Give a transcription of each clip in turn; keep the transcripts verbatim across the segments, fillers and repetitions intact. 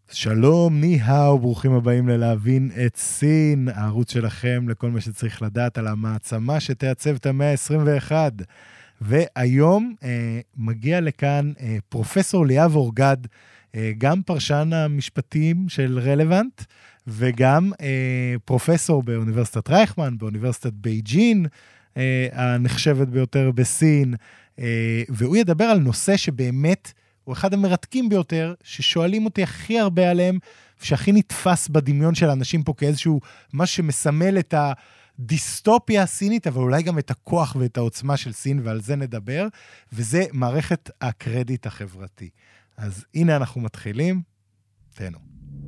שלום, ני-האו, ברוכים הבאים ללהבין את סין, הערוץ שלכם לכל מה שצריך לדעת על המעצמה שתעצב את המאה ה-עשרים ואחת. והיום אה, מגיע לכאן אה, פרופסור ליאב אורגד, אה, גם פרשן המשפטים של רלוונט, וגם אה, פרופסור באוניברסיטת רייכמן, באוניברסיטת בייג'ין, אה, הנחשבת ביותר בסין, אה, והוא ידבר על נושא שבאמת הוא אחד המרתקים ביותר, ששואלים אותי הכי הרבה עליהם, ושהכי נתפס בדמיון של האנשים פה כאיזשהו, מה שמסמל את הדיסטופיה הסינית, אבל אולי גם את הכוח ואת העוצמה של סין, ועל זה נדבר, וזה מערכת הקרדיט החברתי. אז הנה אנחנו מתחילים, תהנו.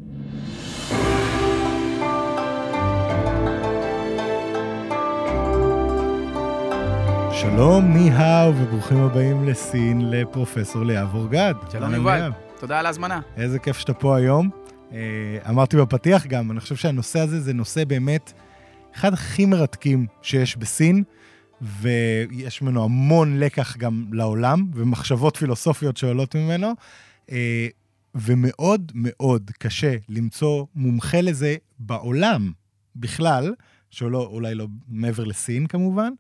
שלום, ני-האו, וברוכים הבאים לסין, לפרופסור ליאב אורגד. שלום יובל, תודה על ההזמנה. איזה כיף שאתה פה היום. אמרתי בפתיח גם, אני חושב שהנושא הזה זה נושא באמת אחד הכי מרתקים שיש בסין, ויש ממנו המון לקח גם לעולם, ומחשבות פילוסופיות שעולות ממנו, ומאוד מאוד קשה למצוא מומחה לזה בעולם בכלל, שאולי לא מעבר לסין כמובן,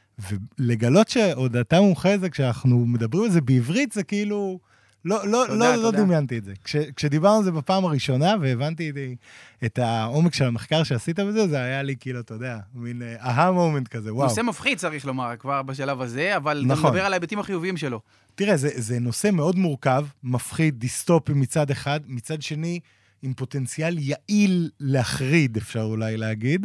ולגלות שעוד אתה מומחה לזה, כשאנחנו מדברים על זה בעברית, זה כאילו, לא, לא, תודה, לא, לא דמיינתי את זה. כש, כשדיברנו על זה בפעם הראשונה, והבנתי את העומק של המחקר שעשית בזה, זה היה לי כאילו, אתה יודע, מין אהה מומנט כזה, וואו. נושא מפחיד צריך לומר, כבר בשלב הזה, אבל נכון. נדבר על ההיבטים החיוביים שלו. תראה, זה, זה נושא מאוד מורכב, מפחיד, דיסטופי מצד אחד, מצד שני, עם פוטנציאל יעיל להחריד, אפשר אולי להגיד,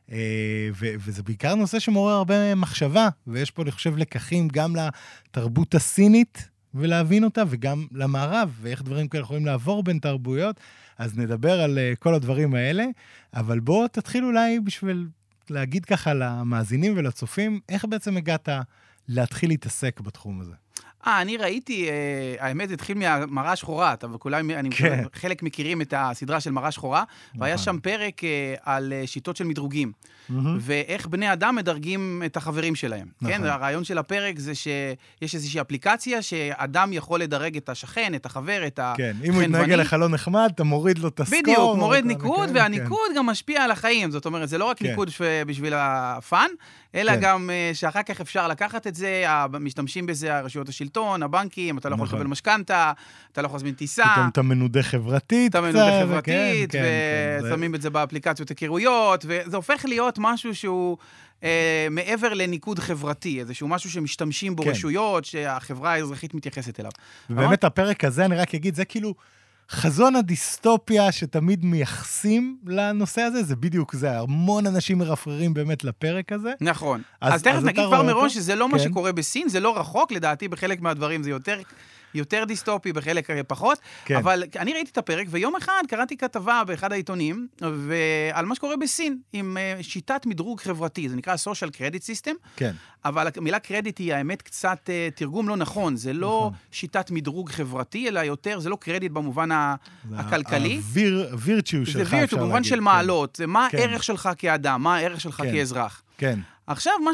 ו- וזה בעיקר נושא שמעורר הרבה מחשבה, ויש פה, אני חושב, לקחים גם לתרבות הסינית, ולהבין אותה, וגם למערב, ואיך דברים כאלה יכולים לעבור בין תרבויות, אז נדבר על כל הדברים האלה, אבל בואו תתחיל אולי בשביל להגיד ככה למאזינים ולצופים, איך בעצם הגעת להתחיל להתעסק בתחום הזה? אה, אני ראיתי, אה, האמת, התחיל מהמראה השחורה, אבל כולם, אני כן. חלק מכירים את הסדרה של מראה שחורה, והיה שם פרק אה, על שיטות של מדרוגים, mm-hmm. ואיך בני אדם מדרגים את החברים שלהם. נכון. כן, הרעיון של הפרק זה שיש איזושהי אפליקציה, שאדם יכול לדרג את השכן, את החבר, את החנווני. כן, אם הוא יתנהג אליך לא נחמד, אתה מוריד לו את הסקור. בדיוק, מוריד ניקוד, כן, והניקוד כן. גם משפיע על החיים. זאת אומרת, זה לא רק כן. ניקוד בשביל הפאן, אלא כן. גם שאחר כך אפשר לקחת את זה, משתמשים בזה הרשויות השלטון, הבנקים, אתה לא יכול לקבל משכנתה, אתה לא יכול להזמין טיסה. פתאום אתה מנודה חברתית. אתה מנודה חברתית, ושמים את זה באפליקציות היכרויות, וזה הופך להיות משהו שהוא מעבר לניקוד חברתי, איזשהו משהו שמשתמשים בו רשויות, שהחברה האזרחית מתייחסת אליו. ובאמת הפרק הזה, אני רק אגיד, זה כאילו חזון הדיסטופיה שתמיד מייחסים לנושא הזה, זה בדיוק זה, המון אנשים מרפררים באמת לפרק הזה. נכון. אז, אז תכף נגיד כבר מראש שזה לא כן. מה שקורה בסין, זה לא רחוק, לדעתי בחלק מהדברים זה יותר, יותר דיסטופי, בחלק פחות, כן. אבל אני ראיתי את הפרק, ויום אחד קראתי כתבה באחד העיתונים, ועל מה שקורה בסין, עם שיטת מדרוג חברתי, זה נקרא social credit system, כן. אבל המילה קרדיט היא האמת קצת תרגום לא נכון, זה לא נכון. שיטת מדרוג חברתי, אלא יותר, זה לא קרדיט במובן הכלכלי. הווירצ'יו שלך, זה וירצ'יו, במובן של מעלות, זה מה הערך שלך כאדם, מה הערך שלך כאזרח. כן. עכשיו, מה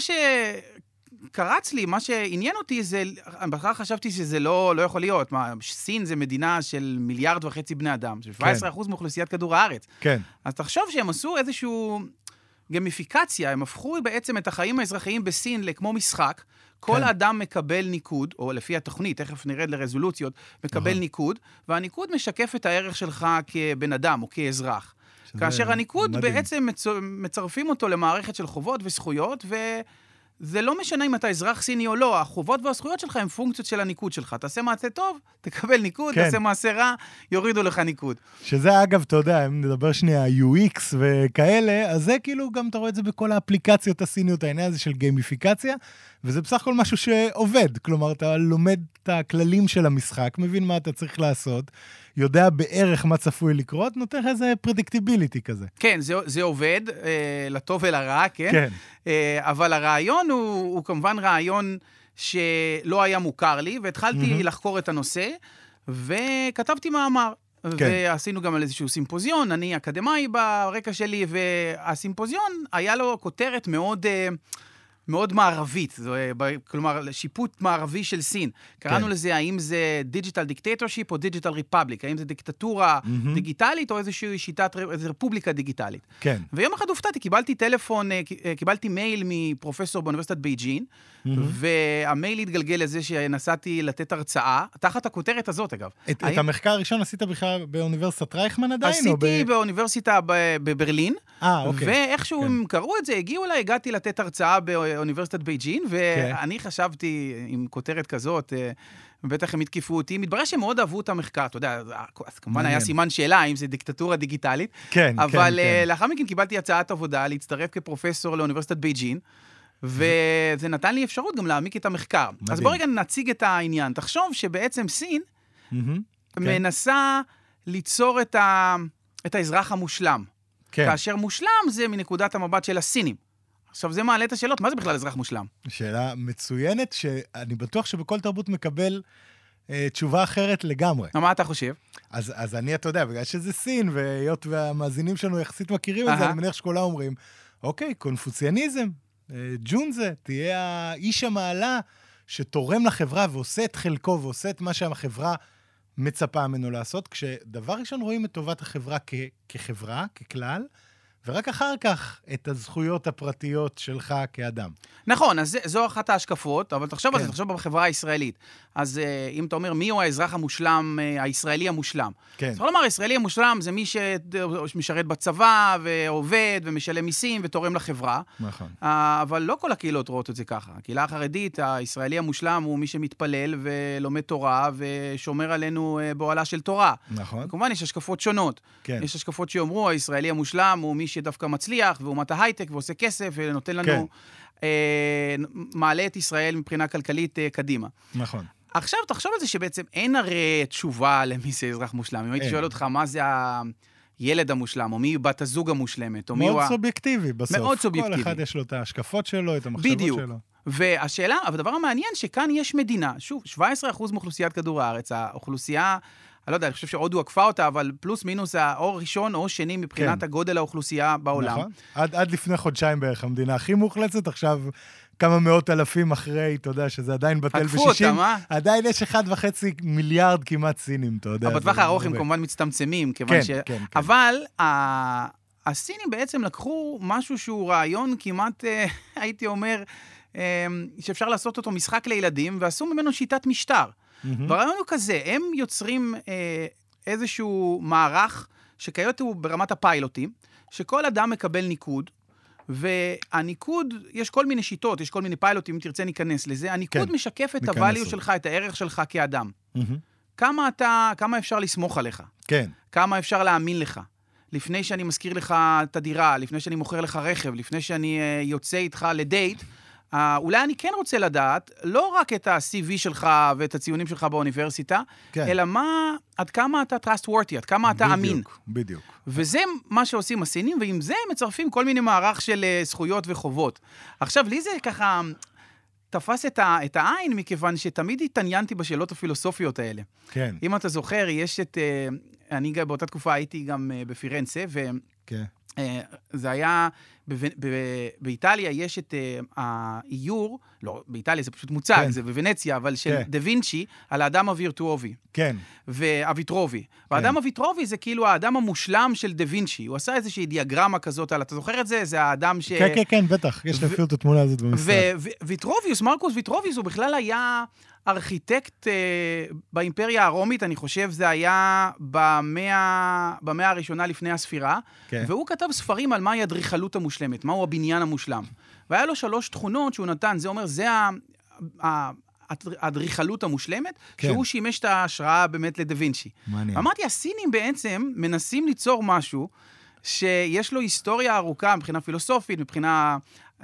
שקרץ לי, מה שעניין אותי, זה, בכלל חשבתי שזה לא, לא יכול להיות. מה, סין זה מדינה של מיליארד וחצי בני אדם, זה שבע עשרה אחוז מאוכלוסיית כדור הארץ. כן. אז תחשוב שהם עשו איזשהו גמיפיקציה, הם הפכו בעצם את החיים האזרחיים בסין לכמו משחק, כל כן. אדם מקבל ניקוד, או לפי התוכנית, תכף נרד לרזולוציות, מקבל ניקוד, והניקוד משקף את הערך שלך כבן אדם או כאזרח. כאשר הניקוד מדהים. בעצם מצרפים אותו למערכת של חובות וזכויות, וזה לא משנה אם אתה אזרח סיני או לא, החובות והזכויות שלך הם פונקציות של הניקוד שלך. תעשה מעשה טוב, תקבל ניקוד, כן. תעשה מעשה רע, יורידו לך ניקוד. שזה אגב, אתה יודע, אם נדבר שנייה, יו אקס וכאלה, אז זה כאילו גם אתה רואה את זה בכל האפליקציות הסיניות, העניין הזה של גיימיפיקציה, וזה בסך הכל משהו שעובד, כלומר, אתה לומד את הכללים של המשחק, מבין מה אתה צריך לעשות, יודע בערך מה צפוי לקרות, נותן איזה פרדיקטיביליטי כזה. כן, זה, זה עובד, אה, לטוב ולרע, כן? כן. אה, אבל הרעיון הוא, הוא כמובן רעיון שלא היה מוכר לי, והתחלתי mm-hmm. לחקור את הנושא, וכתבתי מאמר. כן. ועשינו גם על איזשהו סימפוזיון, אני אקדמאי ברקע שלי, והסימפוזיון היה לו כותרת מאוד... מאוד מערבית, זו, כלומר, שיפוט מערבי של סין. קראנו כן. לזה, האם זה דיג'יטל דיקטטורשיפ או דיג'יטל ריפבליק, האם זה דיקטטורה mm-hmm. דיגיטלית או איזושהי שיטת, איזו רפובליקה דיגיטלית. כן. ויום אחד הופתעתי, קיבלתי טלפון, קיבלתי מייל מפרופסור באוניברסיטת בייג'ין, mm-hmm. והמייל התגלגל לזה שנסעתי לתת הרצאה, תחת הכותרת הזאת, אגב. את, האם... את המחקר הראשון עשית בכלל באוניברסיטת רייכמן עדיין? עשיתי ב... באוניברסיטה בברלין, אה, אוקיי. ואיכשהו כן. הם קראו את זה, הגיעו אליי, הגעתי לתת הרצאה באוניברסיטת בייג'ין, ואני כן. חשבתי עם כותרת כזאת, בטח הם התקיפו אותי, מתברר שהם מאוד אהבו את המחקר, אתה יודע, אז כמובן היה סימן שאלה, אם זה דיקטטורה דיגיטלית, כן, אבל כן, כן. לאחר מכן קיבלתי הצעת עבודה להצטרף כפרופסור לאוניברסיטת בייג'ין, וזה נתן לי אפשרות גם להעמיק את המחקר. מדהים. אז בוא רגע נציג את העניין. תחשוב שבעצם סין מנסה ליצור את, ה... את האזרח המושלם. כן. כאשר מושלם זה מנקודת המבט של הסינים. עכשיו זה מעלה את השאלות, מה זה בכלל אזרח מושלם? שאלה מצוינת, שאני בטוח שבכל תרבות מקבל אה, תשובה אחרת לגמרי. מה אתה חושב? אז, אז אני, אתה יודע, בגלל שזה סין, והיות והמאזינים שלנו יחסית מכירים את זה, אני מניח שכולם אומרים, אוקיי, קונפוציאניזם, אה, ג'ונזה, תהיה האיש המעלה שתורם לחברה ועושה את חלקו, ועושה את מה שהחברה מצפה ממנו לעשות, כשדבר ראשון רואים את טובת החברה כ- כחברה, ככלל, ורק אחר כך את הזכויות הפרטיות שלך כאדם. נכון, אז זו אחת ההשקפות, אבל תחשוב על זה, תחשוב בחברה הישראלית. אז אם אתה אומר, מי הוא האזרח המושלם, הישראלי המושלם? כן. צריך לומר, הישראלי המושלם זה מי שמשרת בצבא, ועובד, ומשלם מיסים, ותורם לחברה. נכון. אבל לא כל הקהילות רואות את זה ככה. הקהילה החרדית, הישראלי המושלם הוא מי שמתפלל, ולומד תורה, ושומר עלינו בעולה של תורה. נכון. כמובן, יש השקפות שונות. כן. יש השקפות שאומרו, הישראלי המושלם הוא מי שדווקא מצליח, ואומת ההייטק, ועושה כסף, ונותן לנו, כן. אה, מעלה את ישראל מבחינה כלכלית אה, קדימה. נכון. עכשיו, תחשוב על זה שבעצם אין הרי תשובה למי זה אזרח מושלם. אם הייתי שואל אותך, מה זה הילד המושלם, או מי בת הזוג המושלמת, או מי הוא... מאוד סובייקטיבי בסוף. מאוד סובייקטיבי. כל אחד יש לו את ההשקפות שלו, את המחשבות בדיוק. שלו. והשאלה, אבל הדבר המעניין, שכאן יש מדינה, שוב, שבע עשרה אחוז מאוכלוסיית כדור הארץ, האוכלוסייה... אני לא יודע, אני חושב שעוד הוא עקפה אותה, אבל פלוס מינוס האור ראשון או שני מבחינת כן. הגודל האוכלוסייה בעולם. נכון. עד, עד לפני חודשיים בערך, המדינה הכי מוחלצת, עכשיו כמה מאות אלפים אחרי, אתה יודע, שזה עדיין בטל בשישים. עדיין יש אחד וחצי מיליארד כמעט סינים, אתה יודע. אבל בטווח הארוך הם כמובן מצטמצמים, כיוון כן, ש... כן, כן. אבל ה... הסינים בעצם לקחו משהו שהוא רעיון כמעט, הייתי אומר, שאפשר לעשות אותו משחק לילדים, ועשו ממנו שיטת משטר. והרעיון הוא כזה, הם יוצרים אה, איזשהו מערך שכיות הוא ברמת הפיילוטים, שכל אדם מקבל ניקוד, והניקוד, יש כל מיני שיטות, יש כל מיני פיילוטים, אם תרצה ניכנס לזה, הניקוד כן, משקף את הvalue שלך, את הערך שלך כאדם. Mm-hmm. כמה אתה, כמה אפשר לסמוך עליך? כן. כמה אפשר להאמין לך? לפני שאני מזכיר לך את הדירה, לפני שאני מוכר לך רכב, לפני שאני אה, יוצא איתך לדייט, Uh, אולי אני כן רוצה לדעת, לא רק את ה-סי וי שלך ואת הציונים שלך באוניברסיטה, כן. אלא מה, עד כמה אתה trustworthy, עד כמה אתה בדיוק, אמין. בדיוק. וזה מה שעושים הסינים, ועם זה מצרפים כל מיני מערך של uh, זכויות וחובות. עכשיו, לי זה ככה תפס את, ה, את העין, מכיוון שתמיד התעניינתי בשאלות הפילוסופיות האלה. כן. אם אתה זוכר, יש את... Uh, אני באותה תקופה הייתי גם uh, בפירנצה, ו... כן. זה היה, באיטליה יש את האיור, לא, באיטליה זה פשוט מוצג, זה בוונציה, אבל של דה וינצ'י, על האדם הווירטואובי. כן. והוויטרובי. והאדם הוויטרובי זה כאילו האדם המושלם של דה וינצ'י. הוא עשה איזושהי דיאגרמה כזאת, אתה זוכר את זה? זה האדם ש... כן, כן, כן, בטח. יש אפילו את התמונה הזאת במשרד. וויטרוביוס, מרקוס ויטרוביוס, הוא בכלל היה... ארכיטקט אה, באימפריה הרומית, אני חושב, זה היה במאה, במאה הראשונה לפני הספירה, כן. והוא כתב ספרים על מהי אדריכלות המושלמת, מהו הבניין המושלם. והיה לו שלוש תכונות שהוא נתן, זה אומר, זה האדריכלות המושלמת, כן. שהוא שימש את ההשראה באמת לדה וינצ'י. מעניין. אמרתי, הסינים בעצם מנסים ליצור משהו, שיש לו היסטוריה ארוכה, מבחינה פילוסופית, מבחינה...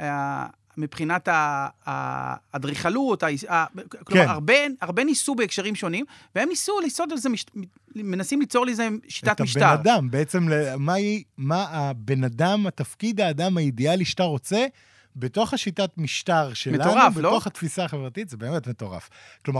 מבחינת האדריכלות, כלומר, הרבה, הרבה ניסו בהקשרים שונים, והם ניסו ליצור לזה, מנסים ליצור לזה שיטת משטר. את הבן אדם, בעצם, מה, מה הבן אדם, התפקיד האדם האידיאלי שאתה רוצה, בתוך השיטת משטר שלנו, מטורף, בתוך לא? התפיסה החברתית, זה באמת מטורף. כלומר,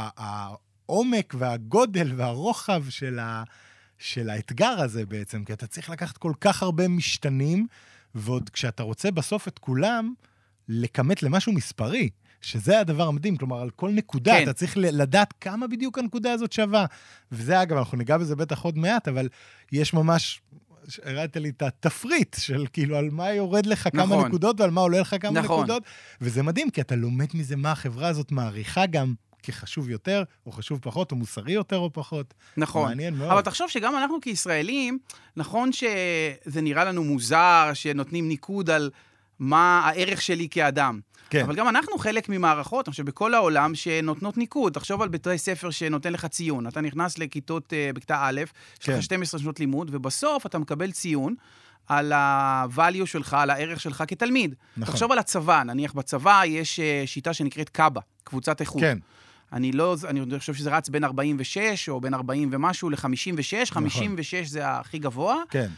העומק והגודל והרוחב של, ה, של האתגר הזה בעצם, כי אתה צריך לקחת כל כך הרבה משתנים, ועוד כשאתה רוצה בסוף את כולם, לכמת למשהו מספרי, שזה הדבר המדהים, כלומר, על כל נקודה, כן. אתה צריך לדעת כמה בדיוק הנקודה הזאת שווה. וזה, אגב, אנחנו ניגע בזה בטח עוד מעט, אבל יש ממש, הראית לי את התפריט של כאילו, על מה יורד לך נכון. כמה נקודות, ועל מה עולה לך כמה נכון. נקודות, וזה מדהים, כי אתה לומד מזה מה החברה הזאת מעריכה גם, כחשוב יותר, או חשוב פחות, או מוסרי יותר או פחות. נכון. מעניין מאוד. אבל תחשוב שגם אנחנו כישראלים, נכון שזה נראה לנו מוזר, שנותנים ניקוד על מה הערך שלי כאדם. כן. אבל גם אנחנו חלק ממערכות, אני חושב, בכל העולם שנותנות ניקוד. תחשוב על בתי ספר שנותן לך ציון. אתה נכנס לכיתות uh, בכיתה א', יש לך שתים עשרה שנות לימוד, ובסוף אתה מקבל ציון על ה-value שלך, על הערך שלך כתלמיד. נכון. תחשוב על הצבא, נניח בצבא יש uh, שיטה שנקראת קאבה, קבוצת איכות. כן. אני לא, אני חושב שזה רץ בין ארבעים ושש, או בין ארבעים ומשהו ל-חמישים ושש, חמישים ושש זה הכי גבוה. כן.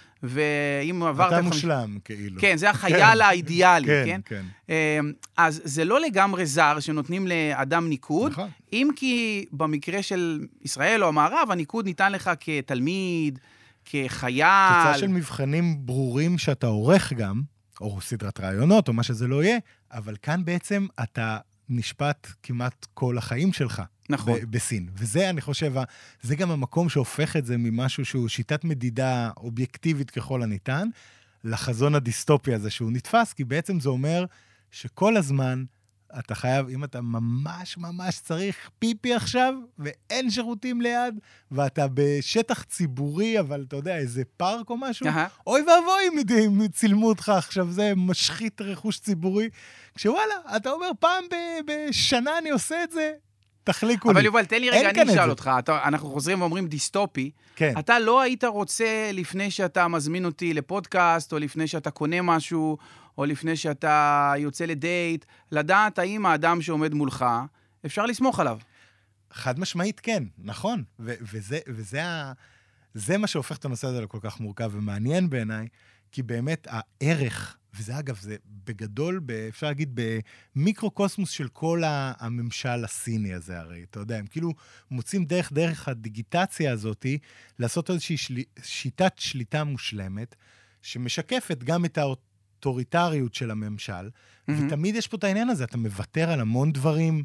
ואם עברת... אתה מושלם, כאילו. כן, זה החייל האידיאלי, כן? כן, כן. אז זה לא לגמרי זר שנותנים לאדם ניקוד, נכון. אם כי במקרה של ישראל או המערב, הניקוד ניתן לך כתלמיד, כחייל. תוצאה של מבחנים ברורים שאתה עורך גם, או סדרת רעיונות, או מה שזה לא יהיה, אבל כאן בעצם אתה... נשפט כמעט כל החיים שלך. נכון. ב- בסין. וזה, אני חושב, זה גם המקום שהופך את זה ממשהו שהוא שיטת מדידה אובייקטיבית ככל הניתן, לחזון הדיסטופי הזה שהוא נתפס, כי בעצם זה אומר שכל הזמן אתה חייב, אם אתה ממש ממש צריך פיפי עכשיו, ואין שירותים ליד, ואתה בשטח ציבורי, אבל אתה יודע, איזה פארק או משהו, uh-huh. אוי ואבוי אם צילמו אותך עכשיו, זה משחית רכוש ציבורי, כשוואלה, אתה אומר, פעם ב- בשנה אני עושה את זה, תחליקו לי. אבל יובל, תן לי רגע, אני אשאל אותך, אתה, אנחנו חוזרים ואומרים דיסטופי, כן. אתה לא היית רוצה, לפני שאתה מזמין אותי לפודקאסט, או לפני שאתה קונה משהו, או לפני שאתה יוצא לדייט, לדעת האם האדם שעומד מולך, אפשר לסמוך עליו. חד משמעית כן, נכון. ו- וזה, וזה ה- זה מה שהופך את הנושא הזה לכל כך מורכב ומעניין בעיניי, כי באמת הערך, וזה אגב, זה בגדול, אפשר להגיד, במיקרו-קוסמוס של כל הממשל הסיני הזה הרי, אתה יודע, הם כאילו מוצאים דרך, דרך הדיגיטציה הזאת, לעשות איזושהי שלי, שיטת שליטה מושלמת, שמשקפת גם את האוטוריטריות של הממשל, mm-hmm. ותמיד יש פה את העניין הזה, אתה מוותר על המון דברים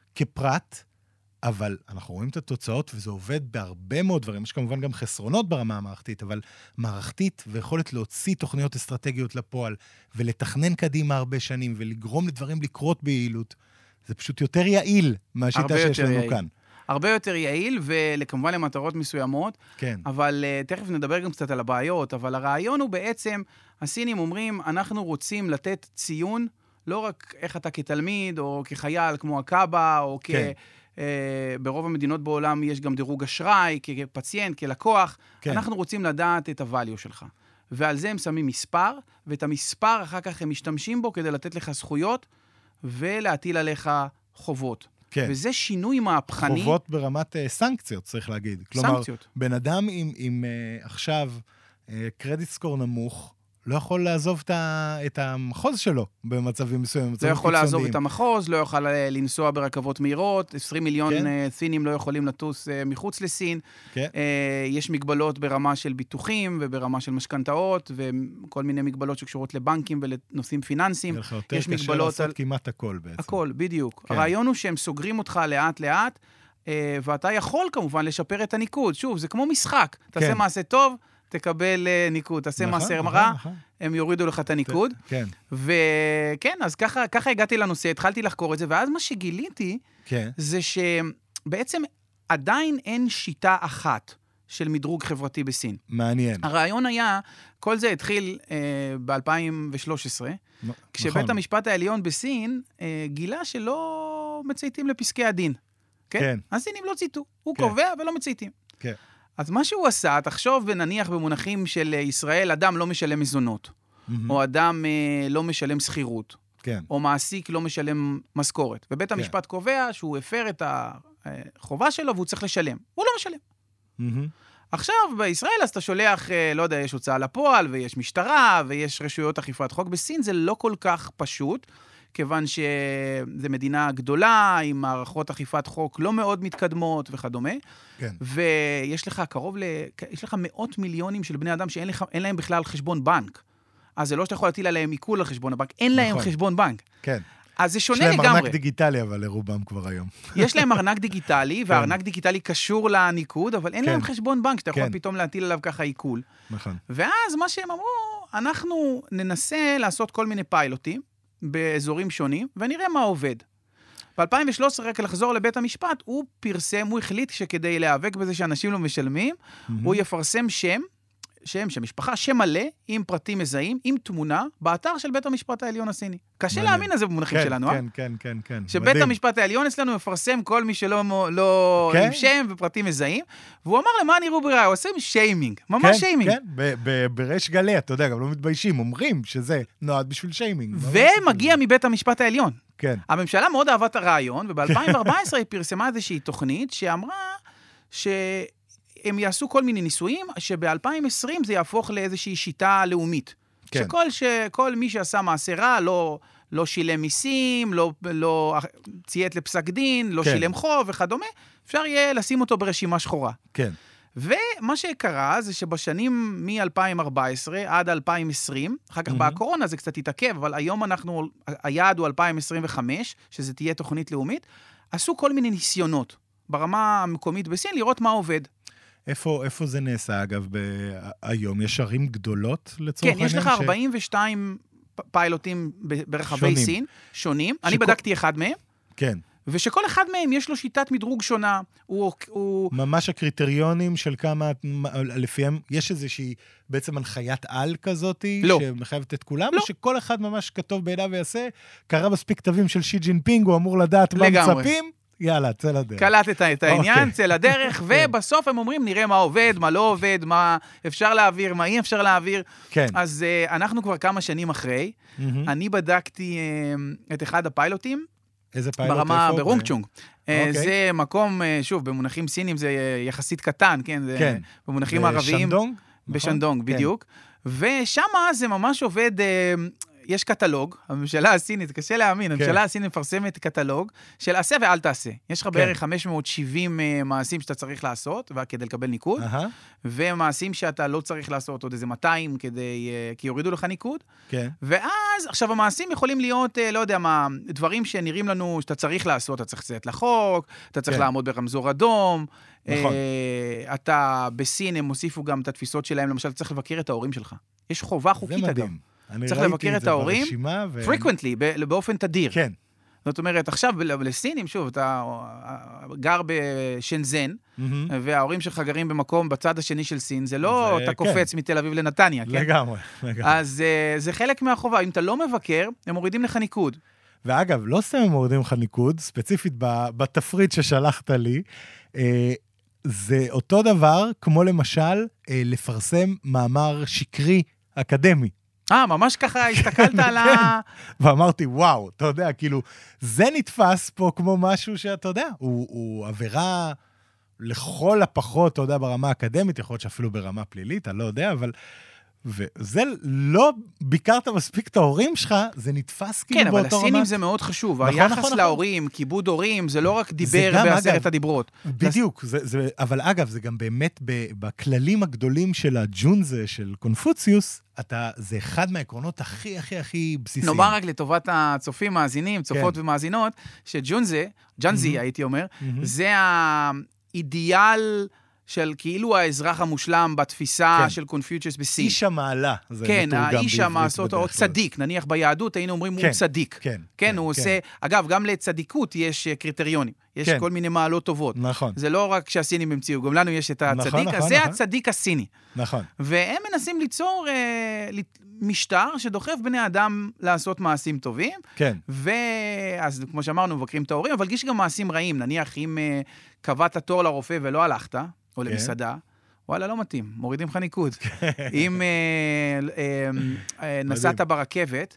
כפרט, אבל אנחנו רואים את התוצאות, וזה עובד בהרבה מאוד דברים. יש כמובן גם חסרונות ברמה המערכתית, אבל מערכתית ויכולת להוציא תוכניות אסטרטגיות לפועל, ולתכנן קדימה הרבה שנים, ולגרום לדברים לקרות ביעילות, זה פשוט יותר יעיל מהשיטה שיש לנו יעיל. כאן. הרבה יותר יעיל, וכמובן למטרות מסוימות, כן. אבל uh, תכף נדבר גם קצת על הבעיות, אבל הרעיון הוא בעצם, הסינים אומרים, אנחנו רוצים לתת ציון, לא רק איך אתה כתלמיד, או כחייל, כמו הקאבה, או כן. כ... Uh, ברוב המדינות בעולם יש גם דירוג אשראי, כפציינט, כלקוח. כן. אנחנו רוצים לדעת את הvalue שלך. ועל זה הם שמים מספר, ואת המספר אחר כך הם משתמשים בו כדי לתת לך זכויות, ולהטיל עליך חובות. כן. וזה שינוי מהפכני. חובות ברמת uh, סנקציות, צריך להגיד. כלומר, סנקציות. בן אדם עם, עם uh, עכשיו uh, קרדיט סקור נמוך, לא יכול לעזוב את המחוז שלו במצבים מסוימים. לא יכול לעזוב את המחוז, לא יכול לנסוע ברכבות מהירות, עשרים מיליון סינים לא יכולים לטוס מחוץ לסין. יש מגבלות ברמה של ביטוחים וברמה של משכנתאות, וכל מיני מגבלות שקשורות לבנקים ולנושאים פיננסיים. יש מגבלות לעשות כמעט הכל בעצם. הכל, בדיוק. הרעיון הוא שהם סוגרים אותך לאט לאט, ואתה יכול כמובן לשפר את הניקוד. שוב, זה כמו משחק. תעשה מעשה טוב, תקבל ניקוד, תעשה מעשר רע, הם יורידו לך את הניקוד. כן. וכן, אז ככה, ככה הגעתי לנושא, התחלתי לחקור את זה, ואז מה שגיליתי, כן. זה שבעצם עדיין אין שיטה אחת של מדרוג חברתי בסין. מעניין. הרעיון היה, כל זה התחיל אה, ב-אלפיים ושלוש עשרה, כשבית נכון. המשפט העליון בסין אה, גילה שלא מצייתים לפסקי הדין. כן? כן. הסינים לא צייתו, הוא כן. קובע ולא מצייתים. כן. אז מה שהוא עשה, תחשוב ונניח במונחים של ישראל, אדם לא משלם מזונות, mm-hmm. או אדם אה, לא משלם שכירות, כן. או מעסיק לא משלם משכורת. ובית כן. המשפט קובע שהוא הפר את החובה שלו, והוא צריך לשלם. הוא לא משלם. Mm-hmm. עכשיו, בישראל, אז אתה שולח, אה, לא יודע, יש הוצאה לפועל, ויש משטרה, ויש רשויות אכיפת חוק. בסין זה לא כל כך פשוט, כיוון שזו מדינה גדולה, עם מערכות אכיפת חוק לא מאוד מתקדמות וכדומה, כן. ויש לך קרוב ל... יש לך מאות מיליונים של בני אדם שאין לך, אין להם בכלל חשבון בנק. אז זה לא שאתה יכול להטיל עליהם עיקול על חשבון הבנק, אין להם חשבון בנק. כן. אז זה שונה לגמרי. יש להם ארנק דיגיטלי, אבל לרובם כבר היום. יש להם ארנק דיגיטלי, והארנק דיגיטלי קשור לניקוד, אבל אין להם חשבון בנק, שאתה יכול פתאום להטיל עליו ככה עיקול. נכון. ואז מה שהם אמרו, אנחנו ננסה לעשות כל מיני פיילוטים באזורים שונים, ונראה מה עובד. ב-אלפיים ושלוש עשרה, רק לחזור לבית המשפט, הוא פרסם, הוא החליט שכדי להיאבק בזה שאנשים לא משלמים, הוא יפרסם שם, שם, שם משפחה, שם מלא, עם פרטים מזהים, עם תמונה, באתר של בית המשפט העליון הסיני. קשה להאמין לזה במונחים שלנו, אה? כן, כן, כן, כן. שבית המשפט העליון אצלנו מפרסם כל מי שלא עם שם ופרטים מזהים, והוא אמר למה אני רובריה, הוא עושה שיימינג, ממש שיימינג. כן, בריש גלי, אתה יודע, גם לא מתביישים, אומרים שזה נועד בשביל שיימינג. ומגיע מבית המשפט העליון. כן. הממשלה מאוד אהבה את הרעיון, וב-אלפיים וארבע עשרה היא פרסמה איזושהי תוכנית שאמרה ש... הם יעשו כל מיני ניסויים, שב-אלפיים ועשרים זה יהפוך לאיזושהי שיטה לאומית. כן. שכל, שכל מי שעשה מעשה רע, לא, לא שילם מיסים, לא, לא ציית לפסק דין, לא כן. שילם חוב וכדומה, אפשר יהיה לשים אותו ברשימה שחורה. כן. ומה שקרה זה שבשנים מ-אלפיים וארבע עשרה עד אלפיים ועשרים, אחר כך mm-hmm. בקורונה זה קצת התעכב, אבל היום אנחנו, היעד הוא אלפיים עשרים וחמש, שזה תהיה תוכנית לאומית, עשו כל מיני ניסיונות ברמה המקומית בסין, לראות מה עובד. איפה, איפה זה נעשה, אגב, ב- היום? יש ערים גדולות לצורך העניין? כן, יש לך ש... ארבעים ושתיים פיילוטים ברחבי שונים. סין, שונים. שכל... אני בדקתי אחד מהם. כן. ושכל אחד מהם יש לו שיטת מדרוג שונה. הוא, הוא... ממש הקריטריונים של כמה, לפיהם, יש איזושהי בעצם הנחיית על כזאת, לא. שמחייבת את כולם, לא. או שכל אחד ממש כתוב בעיניו ויעשה, קרא מספיק כתבים של שי ג'ינפינג, הוא אמור לדעת מה מצפים, יאללה, צא לדרך. קלטת את העניין, צא לדרך, ובסוף הם אומרים, נראה מה עובד, מה לא עובד, מה אפשר להעביר, מה אי אפשר להעביר. כן. אז אנחנו כבר כמה שנים אחרי, אני בדקתי את אחד הפיילוטים, איזה פיילוט? ברמה ברונגצ'ונג. זה מקום, שוב, במונחים סינים זה יחסית קטן, כן? כן. במונחים ערביים. בשנדונג? בשנדונג, בדיוק. ושם זה ממש עובד... יש קטלוג, הממשלה הסינית, קשה להאמין, הממשלה הסינית מפרסמת קטלוג של עשה ואל תעשה. יש לך בערך חמש מאות שבעים מעשים שאתה צריך לעשות, כדי לקבל ניקוד, ומעשים שאתה לא צריך לעשות, עוד איזה מאתיים, כי יורידו לך ניקוד. ואז, עכשיו המעשים יכולים להיות, לא יודע מה, דברים שנראים לנו שאתה צריך לעשות, אתה צריך לצאת לחוק, אתה צריך לעמוד ברמזור אדום, אתה בסין, הם הוסיפו גם את התפיסות שלהם, למשל, אתה צריך לבקר את ההורים שלך. יש חובה חוקית אדם. צריך לבקר את ההורים, frequently, באופן תדיר. כן. זאת אומרת, עכשיו לסינים, שוב, אתה גר בשנזן, וההורים שלך גרים במקום בצד השני של סין, זה לא אתה קופץ מתל אביב לנתניה, כן? לגמרי, לגמרי. אז זה חלק מהחובה. אם אתה לא מבקר, הם מורידים לך ניקוד. ואגב, לא סתם הם מורידים לך ניקוד, ספציפית בתפריט ששלחת לי, זה אותו דבר, כמו למשל, לפרסם מאמר שקרי אקדמי. אה, ממש ככה הסתכלת על ה... ואמרתי, וואו, אתה יודע, כאילו, זה נתפס פה כמו משהו שאתה יודע, הוא, הוא עבירה לכל הפחות, אתה יודע, ברמה האקדמית, יכול להיות שאפילו ברמה פלילית, אני לא יודע, אבל... וזה לא ביקרת מספיק את ההורים שלך, זה נתפס כאילו כן, באותו רמה. כן, אבל הסינים זה מאוד חשוב. נכון, היחס נכון, להורים, נכון. כיבוד הורים, זה לא רק דיבר בעשרת הדיברות. בדיוק, זה, זה, אבל אגב, זה גם באמת בכללים הגדולים של הג'ונזה, של קונפוציוס, אתה, זה אחד מהעקרונות הכי, הכי, הכי בסיסיים. נאמר רק לטובת הצופים, מאזינים, צופות כן. ומאזינות, שג'ונזה, ג'אנזי, mm-hmm. הייתי אומר, mm-hmm. זה האידיאל... של כאילו האזרח המושלם בתפיסה כן. של קונפיוצ'וס בסין. איש המעלה. כן, האיש המעשות, או צדיק, נניח ביהדות, היינו אומרים כן, הוא צדיק. כן, כן, כן, הוא כן. עושה, אגב, גם לצדיקות יש קריטריונים. יש כן. כל מיני מעלות טובות. נכון. זה לא רק שהסינים המציאו, גם לנו יש את הצדיק, נכון, נכון, אז זה נכון. הצדיק הסיני. נכון. והם מנסים ליצור אה, משטר שדוחף בני אדם לעשות מעשים טובים. כן. ואז, כמו שאמרנו, מבקרים את ההורים, אבל גיש גם מעשים רעים. נניח, אם אה, קבעת תור לרופא ולא הלכת, או כן. למסעדה, וואלה, לא מתאים, מורידים לך ניקוד. אם אה, אה, אה, נסעת ברכבת,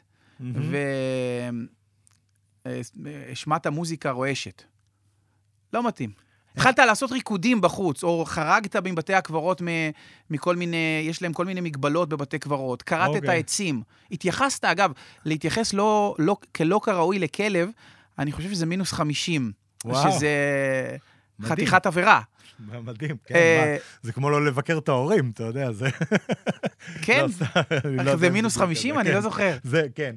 והשמעת מוזיקה רועשת, לא מתאים. התחלת לעשות ריקודים בחוץ, או חרגת מבתי הקברות מכל מיני, יש להם כל מיני מגבלות בבתי קברות, קראת את העצים. התייחסת, אגב, להתייחס לא, לא, כלא כראוי לכלב, אני חושב שזה מינוס חמישים. וואו. שזה... חתיכת עבירה. מדהים, כן, זה כמו לא לבקר את ההורים, אתה יודע, זה... כן? זה מינוס חמישים, אני לא זוכר. זה, כן.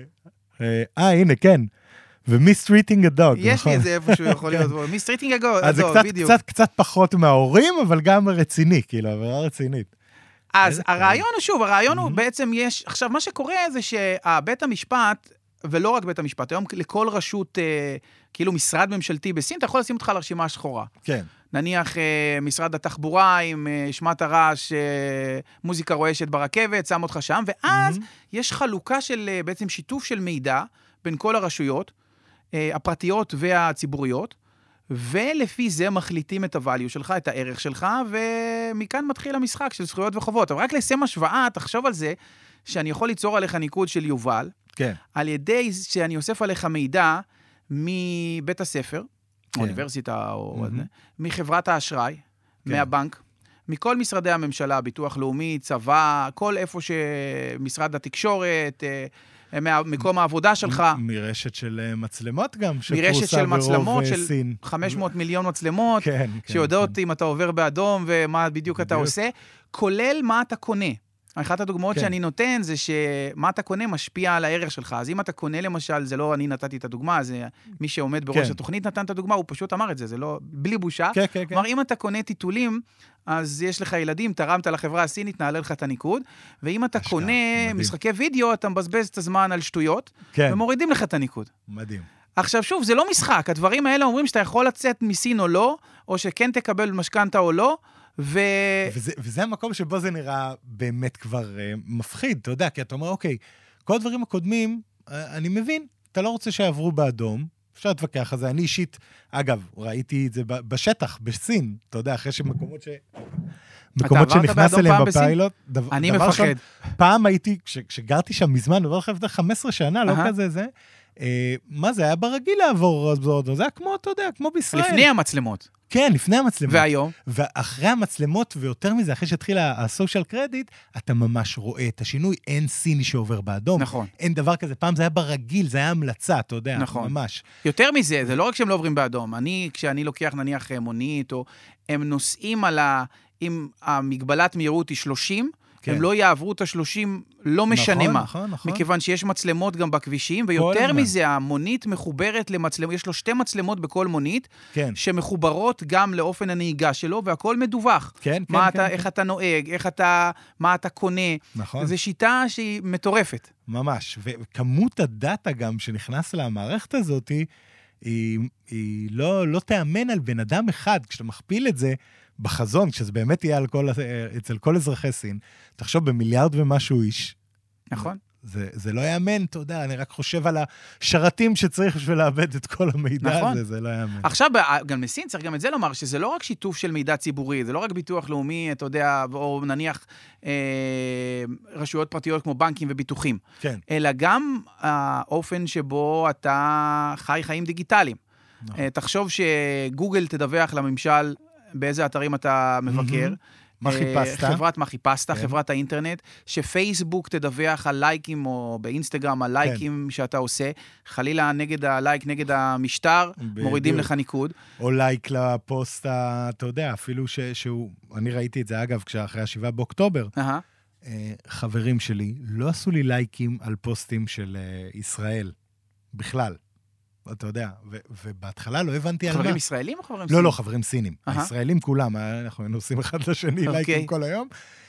אה, הנה, כן. ומיסטריטינג הדוג, נכון? יש לי איזה איפשהו יכול להיות, מיסטריטינג הדוג, בדיוק. אז זה קצת פחות מההורים, אבל גם רציני, כאילו, עבירה רצינית. אז הרעיון הוא, שוב, הרעיון הוא בעצם יש, עכשיו, מה שקורה זה שהבית המשפט, ולא רק בית המשפט, היום לכל רשות, כאילו משרד ממשלתי בסין, אתה יכול לשים אותך על הרשימה השחורה. כן. נניח משרד התחבורה עם שמת הרעש, מוזיקה רועשת ברכבת, שם אותך שם, ואז יש חלוקה של, בעצם שיתוף של מידע בין כל הרשויות, הפרטיות והציבוריות, ולפי זה מחליטים את הvalue שלך, את הערך שלך, ומכאן מתחיל המשחק של זכויות וחובות. אבל רק לסיים השוואה, תחשוב על זה, שאני יכול ליצור עליך ניקוד של יובל, כן. על ידי שאני אוסף עליך מידע מבית הספר, כן. אוניברסיטה, או mm-hmm. מחברת האשראי, כן. מהבנק, מכל משרדי הממשלה, ביטוח לאומי, צבא, כל איפה שמשרד התקשורת, מקום העבודה שלך. מרשת של מצלמות גם, מרשת של מצלמות, של חמש מאות מיליון מצלמות, כן, שיודעות אם אתה עובר באדום ומה בדיוק אתה עושה, כולל מה אתה קונה. אחת הדוגמאות שאני נותן זה שמה אתה קונה משפיע על הערך שלך. אז אם אתה קונה למשל, זה לא אני נתתי את הדוגמה, זה מי שעומד בראש התוכנית נתן את הדוגמה, הוא פשוט אמר את זה, זה לא, בלי בושה. כלומר, אם אתה קונה טיטולים, אז יש לך ילדים, תרמת לחברה הסינית, נעלה לך את הניקוד, ואם אתה קונה משחקי וידאו, אתה מבזבז את הזמן על שטויות, ומורידים לך את הניקוד. מדהים. עכשיו שוב, זה לא משחק, הדברים האלה אומרים שאתה יכול לצאת מסין או לא, או שכן תקבל משכנתה או לא, ו... וזה, וזה המקום שבו זה נראה באמת כבר uh, מפחיד, אתה יודע, כי אתה אומר, אוקיי, כל הדברים הקודמים, uh, אני מבין, אתה לא רוצה שיעברו באדום, אפשר להתווכח על זה, אני אישית, אגב, ראיתי את זה בשטח, בסין, אתה יודע, אחרי שמקומות ש... מקומות שנכנס אליהם בפיילוט, דו, אני מפחד. שם, פעם הייתי, כש, כשגרתי שם מזמן, דבר חייבת חמש עשרה שנה, לא כזה זה, אה, מה זה, היה ברגיל לעבור, זה היה כמו, אתה יודע, כמו בישראל. לפני המצלמות. כן, לפני המצלמות. והיום? ואחרי המצלמות, ויותר מזה, אחרי שהתחיל הסושיאל קרדיט, אתה ממש רואה את השינוי, אין סיני שעובר באדום. נכון. אין דבר כזה, פעם זה היה ברגיל, זה היה המלצה, אתה יודע, נכון. ממש. יותר מזה, זה לא רק שהם לא עוברים באדום. אני, כשאני לוקח נניח מונית, או הם נוסעים על ה... אם המגבלת מהירות היא שלושים, הם לא יעברו את ה-שלושים, לא משנה מה. נכון, נכון. מכיוון שיש מצלמות גם בכבישים, ויותר מזה, המונית מחוברת למצלמות, יש לו שתי מצלמות בכל מונית, שמחוברות גם לאופן הנהיגה שלו, והכל מדווח. כן, כן, כן. איך אתה נוהג, איך אתה, מה אתה קונה. נכון. זו שיטה שהיא מטורפת. ממש. וכמות הדאטה גם שנכנס למערכת הזאת, היא, היא לא, לא תאמן על בן אדם אחד, כשאתה מכפיל את זה, בחזון, כשזה באמת יהיה על כל, אצל כל אזרחי סין, תחשוב במיליארד ומשהו איש. נכון. זה, זה לא יאמן, אתה יודע, אני רק חושב על השרתים שצריך בשביל לאבד את כל המידע נכון. הזה, זה לא יאמן. עכשיו, גם בסין צריך גם את זה לומר, שזה לא רק שיתוף של מידע ציבורי, זה לא רק ביטוח לאומי, אתה יודע, או נניח אה, רשויות פרטיות כמו בנקים וביטוחים, כן. אלא גם האופן שבו אתה חי חיים דיגיטליים. נכון. אה, תחשוב שגוגל תדווח לממשל, באיזה אתרים אתה מבקר. מה חיפשת? חברת מה חיפשת, חברת האינטרנט, שפייסבוק תדווח על לייקים, או באינסטגרם על לייקים שאתה עושה, חלילה נגד הלייק, נגד המשטר, מורידים לך ניקוד. או לייק לפוסט, אתה יודע, אפילו שהוא, אני ראיתי את זה אגב, כשאחרי השבעה באוקטובר, חברים שלי לא עשו לי לייקים על פוסטים של ישראל, בכלל. אתה יודע, ו- ובהתחלה לא הבנתי על מה. חברים ישראלים או חברים סינים? לא, לא, חברים סינים. הישראלים כולם, אנחנו נוסעים אחד לשני לייקים כל היום.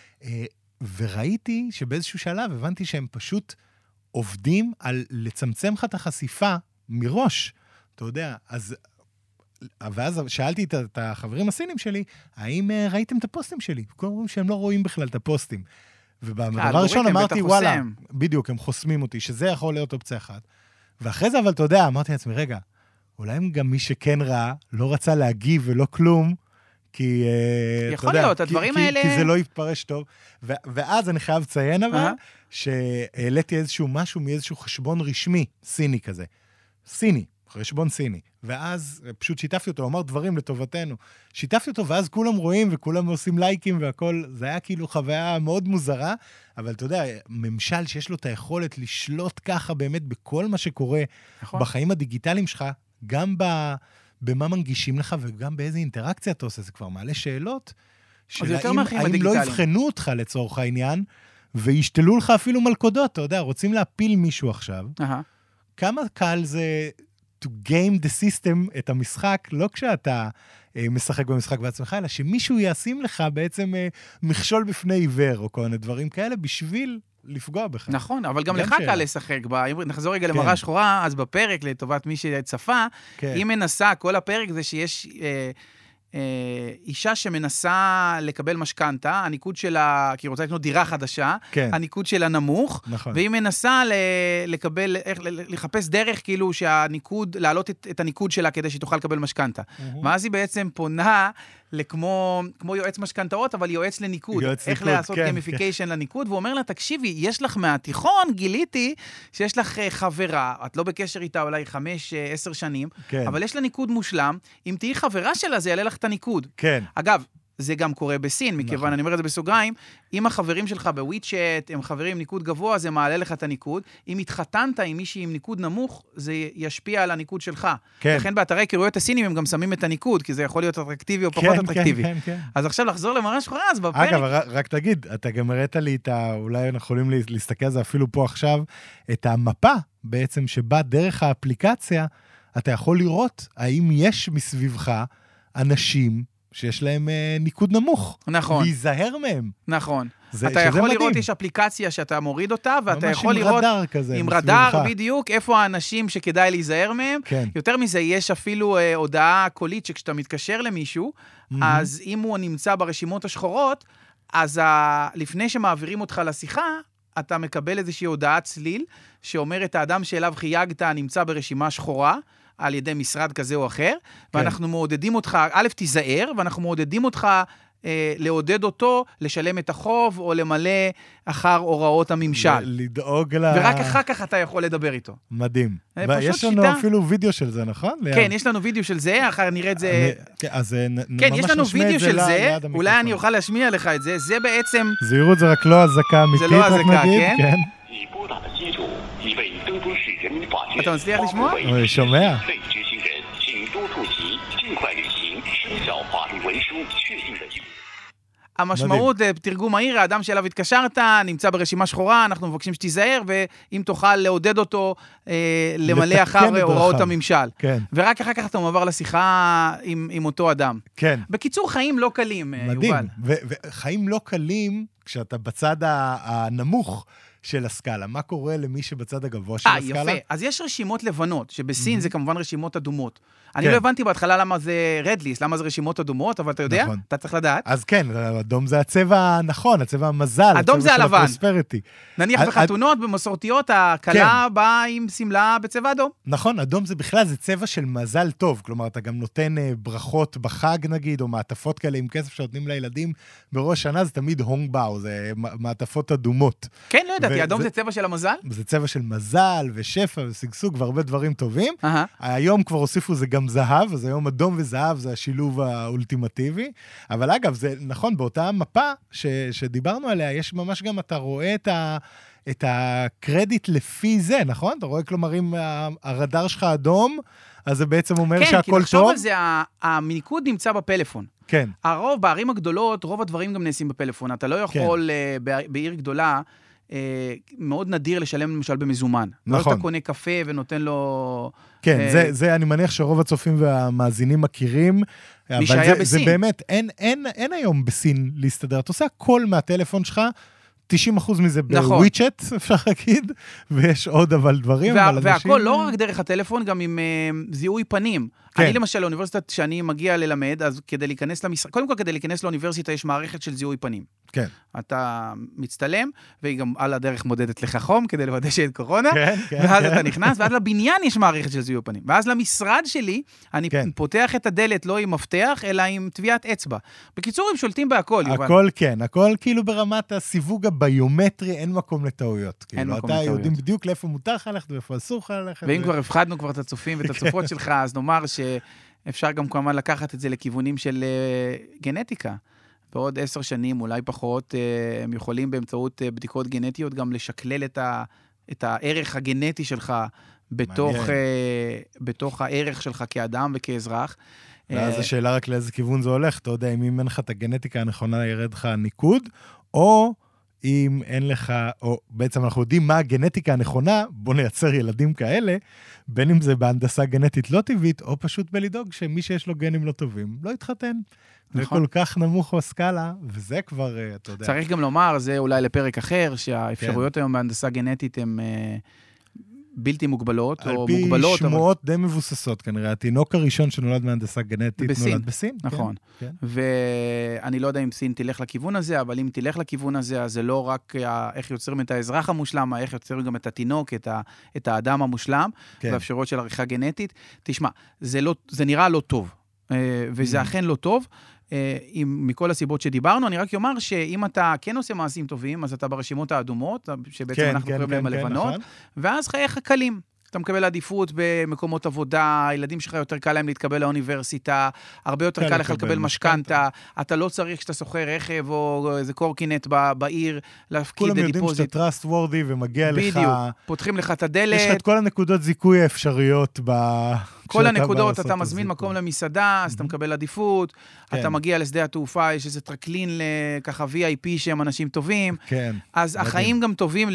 וראיתי שבאיזשהו שלב הבנתי שהם פשוט עובדים על לצמצם לך את החשיפה מראש. אתה יודע, אז... ואז שאלתי את החברים הסינים שלי, האם ראיתם את הפוסטים שלי? כולם אומרים שהם לא רואים בכלל את הפוסטים. ובדבר ראשון אמרתי, וואלה, בדיוק, הם חוסמים אותי, שזה יכול להיות אופציה אחת. ואחרי זה, אבל אתה יודע, אמרתי לעצמי, רגע, אולי גם מי שכן ראה, לא רצה להגיב ולא כלום, כי, יכול אתה להיות, יודע, הדברים כי, האלה... כי זה לא יתפרש טוב. ו- ואז אני חייב לציין אבל, uh-huh. שהעליתי איזשהו משהו מאיזשהו חשבון רשמי, סיני כזה. סיני, חשבון סיני. ואז פשוט שיתפתי אותו, הוא אמר דברים לטובתנו. שיתפתי אותו, ואז כולם רואים וכולם עושים לייקים והכל. זה היה כאילו חוויה מאוד מוזרה, אבל אתה יודע, ממשל שיש לו את היכולת לשלוט ככה באמת בכל מה שקורה נכון. בחיים הדיגיטליים שלך, גם ב... במה מנגישים לך, וגם באיזה אינטראקציה אתה עושה, זה כבר מעלה שאלות, אז יותר מהחיים האם לא הדיגיטליים. יבחנו אותך לצורך העניין, וישתלו לך אפילו מלכודות, אתה יודע, רוצים להפיל מישהו עכשיו, אהה. כמה קל זה to game the system את המשחק, לא כשאתה אה, משחק במשחק בעצמך, אלא שמישהו ישים לך בעצם אה, מכשול בפני עיוור, או כל מיני דברים כאלה, בשביל לפגוע בך. נכון, אבל גם גם לך שאלה. קל לשחק בה. אם נחזור רגע כן. למראה שחורה, אז בפרק, לטובת מי שצפה, כן. היא מנסה, כל הפרק זה שיש אה, אה, אישה שמנסה לקבל משכנתה, הניקוד שלה, כי היא רוצה לקנות דירה חדשה, כן. הניקוד שלה נמוך, נכון. והיא מנסה ל- לקבל, איך, ל- לחפש דרך כאילו שהניקוד, להעלות את, את הניקוד שלה כדי שהיא תוכל לקבל משכנתה. ואז היא בעצם פונה לכמו, כמו יועץ משכנתאות, אבל יועץ לניקוד. יועץ איך ניקוד, לעשות כן, גמיפיקיישן לניקוד, והוא אומר לה, תקשיבי, יש לך מהתיכון, גיליתי שיש לך אה, חברה, את לא בקשר איתה אולי חמש, אה, עשר שנים, כן. אבל יש לה ניקוד מושלם, אם תהיי חברה שלה, זה יעלה לך את הניקוד. כן. אגב, זה גם קורה בסין, מכיוון, נכון. אני אומר את זה בסוגריים, אם החברים שלך בוויצ'ט, הם חברים עם ניקוד גבוה, זה מעלה לך את הניקוד. אם התחתנת עם מישהי עם ניקוד נמוך, זה ישפיע על הניקוד שלך. כן. לכן באתרי היכרויות הסינים הם גם שמים את הניקוד, כי זה יכול להיות אטרקטיבי או כן, פחות כן, אטרקטיבי. כן, כן. אז עכשיו לחזור למראה שחורה, אז בפרק... אגב, רק, רק תגיד, אתה גם הראית לי את ה... אולי אנחנו יכולים להסתכל על זה אפילו פה עכשיו, את המפה בעצם שבה דרך האפליקציה, אתה יכול לראות האם יש מסביבך אנשים שיש להם אה, ניקוד נמוך. נכון. להיזהר מהם. נכון. זה, אתה יכול מדהים. לראות, יש אפליקציה שאתה מוריד אותה, ואתה ממש יכול עם לראות... רדאר כזה. עם מסביבך. רדאר, בדיוק, איפה האנשים שכדאי להיזהר מהם. כן. יותר מזה, יש אפילו אה, הודעה קולית שכשאתה מתקשר למישהו, Mhm. אז אם הוא נמצא ברשימות השחורות, אז ה... לפני שמעבירים אותך לשיחה, אתה מקבל איזושהי הודעת צליל, שאומרת, האדם שאליו חייגת נמצא ברשימה שחורה, על ידי משרד כזה או אחר, כן. ואנחנו מעודדים אותך, א', תיזהר, ואנחנו מעודדים אותך אה, לעודד אותו, לשלם את החוב, או למלא אחר הוראות הממשל. לדאוג ל... ורק אחר כך אתה יכול לדבר איתו. מדהים. פשוט יש לנו שיטה. אפילו וידאו של זה, נכון? כן, יש לנו וידאו של זה, אחר נראה את זה... כן, אז נ- כן, ממש יש לנו נשמיע וידאו את של זה, ליד אולי המיקרופון. אני אוכל להשמיע לך את זה, זה בעצם... זהירות זה רק לא הזקה אמיתית, לא רק הזקה, נגיד, כן? כן. אתה מצליח לשמוע? אני שומע. המשמעות, תרגום מהיר, האדם שאליו התקשרת, נמצא ברשימה שחורה, אנחנו מבקשים שתיזהר, ואם תוכל לעודד אותו, אה, למלא לתקן אחר את הוראות דרכיו. הממשל. כן, ורק אחר כך אתה מעבר לשיחה עם, עם אותו אדם. כן. בקיצור, חיים לא קלים, אה, מדהים. יובל. ו- וחיים לא קלים כשאתה בצד ה- הנמוך של הסקאלה. מה קורה למי שבצד הגבוה של אה, הסקאלה? יפה. אז יש רשימות לבנות, שבסין זה כמובן רשימות אדומות. אני כן. לא הבנתי בהתחלה למה זה רדליסט, למה זה רשימות אדומות, אבל אתה יודע, נכון. אתה צריך לדעת. אז כן, אדום זה הצבע הנכון, הצבע המזל. אדום זה הלבן. הפרוספריטי. נניח אז- בחתונות, במסורתיות, הכלה באה עם סמלה בצבע אדום. נכון, אדום זה בכלל, זה צבע של מזל טוב. כלומר, אתה גם נותן אה, ברכות בחג, נגיד, או מעטפות כאלה עם כסף שנותנים לילדים בראש שנה, זה תמיד הונג באו, זה מ- מעטפות אדומות. כן, לא ידעתי, וזה- אדום זה צבע של המזל? זה צבע של מזל ושפע ושגשוג והרבה דברים טובים. אהה. היום כבר הוסיפו זה גם זהב, אז היום אדום וזהב זה השילוב האולטימטיבי. אבל אגב, זה נכון, באותה מפה ש, שדיברנו עליה, יש ממש גם, אתה רואה את, ה, את הקרדיט לפי זה, נכון? אתה רואה, כלומר, אם ה- הרדאר שלך אדום, אז זה בעצם אומר כן, כי שהכל לחשוב טוב. על זה, ה- המיקוד נמצא בפלאפון. כן, הרוב, בערים הגדולות, רוב הדברים גם נעשים בפלאפון. אתה לא יכול, אה, בע- בעיר גדולה, אה, מאוד נדיר לשלם למשל במזומן. לא נכון. אתה קונה קפה ונותן לו... כן, אה, זה, זה אני מניח שרוב הצופים והמאזינים מכירים, אבל שהיה זה, זה בסין. באמת, אין, אין, אין היום בסין להסתדר. אתה עושה הכל מהטלפון שלך, תשעים אחוז מזה נכון. בוויצ'ט, אפשר להגיד, ויש עוד אבל דברים, וה, אבל והכל אנשים... לא רק דרך הטלפון, גם עם uh, זיהוי פנים. כן. אני למשל, לאוניברסיטת שאני מגיע ללמד, אז כדי להיכנס למשרד, קודם כל כדי להיכנס לאוניברסיטה יש מערכת של זיהוי פנים. כן, אתה מצטלם, והיא גם על הדרך מודדת לך חום, כדי לוודא שאין קורונה, כן, כן. ואז כן. אתה נכנס, ואז לבניין יש מערכת של זיהוי פנים. ואז למשרד שלי, אני כן. פותח את הדלת לא עם מפתח, אלא עם טביעת אצבע. בקיצור, הם שולטים בהכל, יובל. הכל כן, הכל כאילו ברמת הסיווג הביומטרי, אין מקום לטעויות. אין כאילו, מקום אתה לטעויות. יודעים בדיוק לאיפה מותר לך ללכת ואיפה אסור לך ללכת. ואם ו- כבר הפחדנו כבר את הצופים ואת הצופות שלך, אז נאמר שאפשר גם כמובן לקחת את זה לכיוונים של uh, גנטיקה. בעוד עשר שנים, אולי פחות, uh, הם יכולים באמצעות uh, בדיקות גנטיות גם לשקלל את, ה, את הערך הגנטי שלך, בתוך, אה, בתוך הערך שלך כאדם וכאזרח. ואז השאלה רק לאיזה כיוון זה הולך, אתה יודע, אם אין לך את הגנטיקה הנכונה, ירד לך ניקוד, או אם אין לך, או בעצם אנחנו יודעים מה הגנטיקה הנכונה, בוא נייצר ילדים כאלה, בין אם זה בהנדסה גנטית לא טבעית, או פשוט בלדאוג שמי שיש לו גנים לא טובים, לא יתחתן. נכון. וכל כך נמוך בסקאלה, וזה כבר, אתה יודע. צריך גם לומר, זה אולי לפרק אחר, שהאפשרויות כן. היום בהנדסה גנטית הן בלתי מוגבלות, או מוגבלות. על פי שמועות אבל... די מבוססות, כנראה. התינוק הראשון שנולד מהנדסה גנטית בסין. נולד בסין. נכון. כן, כן. ואני לא יודע אם סין תלך לכיוון הזה, אבל אם תלך לכיוון הזה, אז זה לא רק איך יוצרים את האזרח המושלם, איך יוצרים גם את התינוק, את, ה... את האדם המושלם, כן. והאפשרויות של עריכה גנטית. תשמע, זה, לא... זה נראה לא טוב, וזה אכן לא טוב. עם, מכל הסיבות שדיברנו, אני רק אומר שאם אתה כן עושה מעשים טובים, אז אתה ברשימות האדומות, שבעצם כן, אנחנו כן, קוראים כן, להם כן, הלבנות, נכון. ואז חייך קלים. אתה מקבל עדיפות במקומות עבודה, הילדים שלך יותר קל להם להתקבל לאוניברסיטה, הרבה יותר קל לך לקבל משכנתה, אתה לא צריך שאתה שוכר רכב או איזה קורקינט בעיר, להפקיד דיפוזיט. כולם יודעים שאתה trustworthy ומגיע לך... בדיוק, פותחים לך את הדלת. יש לך את כל הנקודות זיכוי האפשריות ב... כל הנקודות, אתה מזמין מקום למסעדה, אז אתה מקבל עדיפות, אתה מגיע לשדה התעופה, יש איזה טרקלין ככה וי איי פי שהם אנשים טובים, אז החיים גם טובים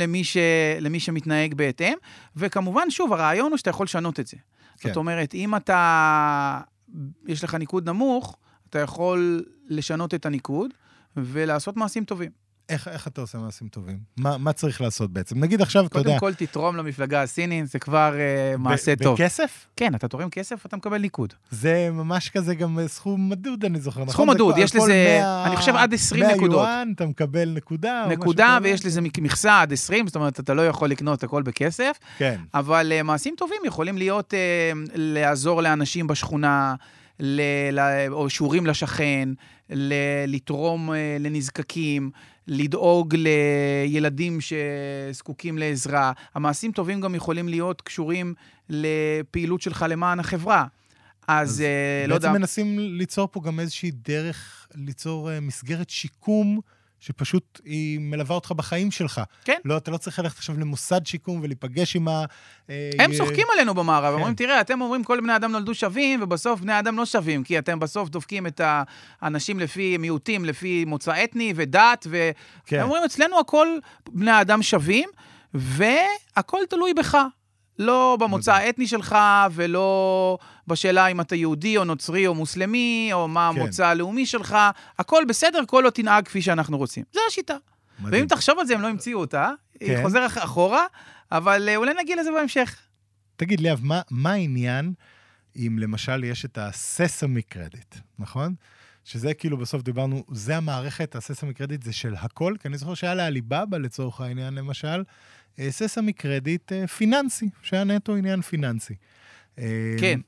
למי שמתנהג בהתאם, וכמובן, שוב, הרעיון הוא שאתה יכול לשנות את זה. זאת אומרת, אם אתה, יש לך ניקוד נמוך, אתה יכול לשנות את הניקוד, ולעשות מעשים טובים. איך, איך אתה עושה מעשים טובים? מה, מה צריך לעשות בעצם? נגיד עכשיו, אתה יודע... קודם כל תתרום למפלגה הסינית, זה כבר uh, מעשה טוב. בכסף? כן, אתה תורם כסף, אתה מקבל ניקוד. זה ממש כזה גם סכום מדוד, אני זוכר. סכום נכון? מדוד, יש לזה, מאה, אני חושב עד עשרים נקודות. מאה יואן, אתה מקבל נקודה. נקודה, ויש לזה מכסה עד עשרים, זאת אומרת, אתה לא יכול לקנות הכל בכסף. כן. אבל uh, מעשים טובים יכולים להיות, uh, לעזור לאנשים בשכונה, ל, ל, או שיעורים לשכן, ל, לתרום uh, לנזקקים, לדאוג לילדים שזקוקים לעזרה. המעשים טובים גם יכולים להיות קשורים לפעילות שלך למען החברה. אז, אז לא יודע... בעצם מנסים ליצור פה גם איזושהי דרך, ליצור מסגרת שיקום, שפשוט היא מלווה אותך בחיים שלך. כן. לא, אתה לא צריך ללכת עכשיו למוסד שיקום ולהיפגש עם ה... הם שוחקים עלינו במערב, הם אומרים, תראה, אתם אומרים כל בני אדם נולדו שווים, ובסוף בני אדם לא שווים, כי אתם בסוף דופקים את האנשים לפי מיעוטים, לפי מוצא אתני ודת, והם אומרים, אצלנו הכל בני האדם שווים, והכל תלוי בך. לא במוצא האתני שלך, ולא בשאלה אם אתה יהודי או נוצרי או מוסלמי, או מה המוצא הלאומי שלך, הכל בסדר, כל לא תנהג כפי שאנחנו רוצים. זה השיטה. ואם תחשוב על זה, הם לא המציאו אותה, היא חוזר אחורה, אבל אולי נגיע לזה בהמשך. תגיד, ליאב, מה, מה העניין אם למשל יש את הססמי קרדיט, נכון? שזה כאילו בסוף דיברנו, זה המערכת, הססמי קרדיט זה של הכל, כי אני זוכר שהיה לאליבאבא לצורך העניין למשל, ססמי קרדיט פיננסי, שהיה נטו עניין פיננסי. כן.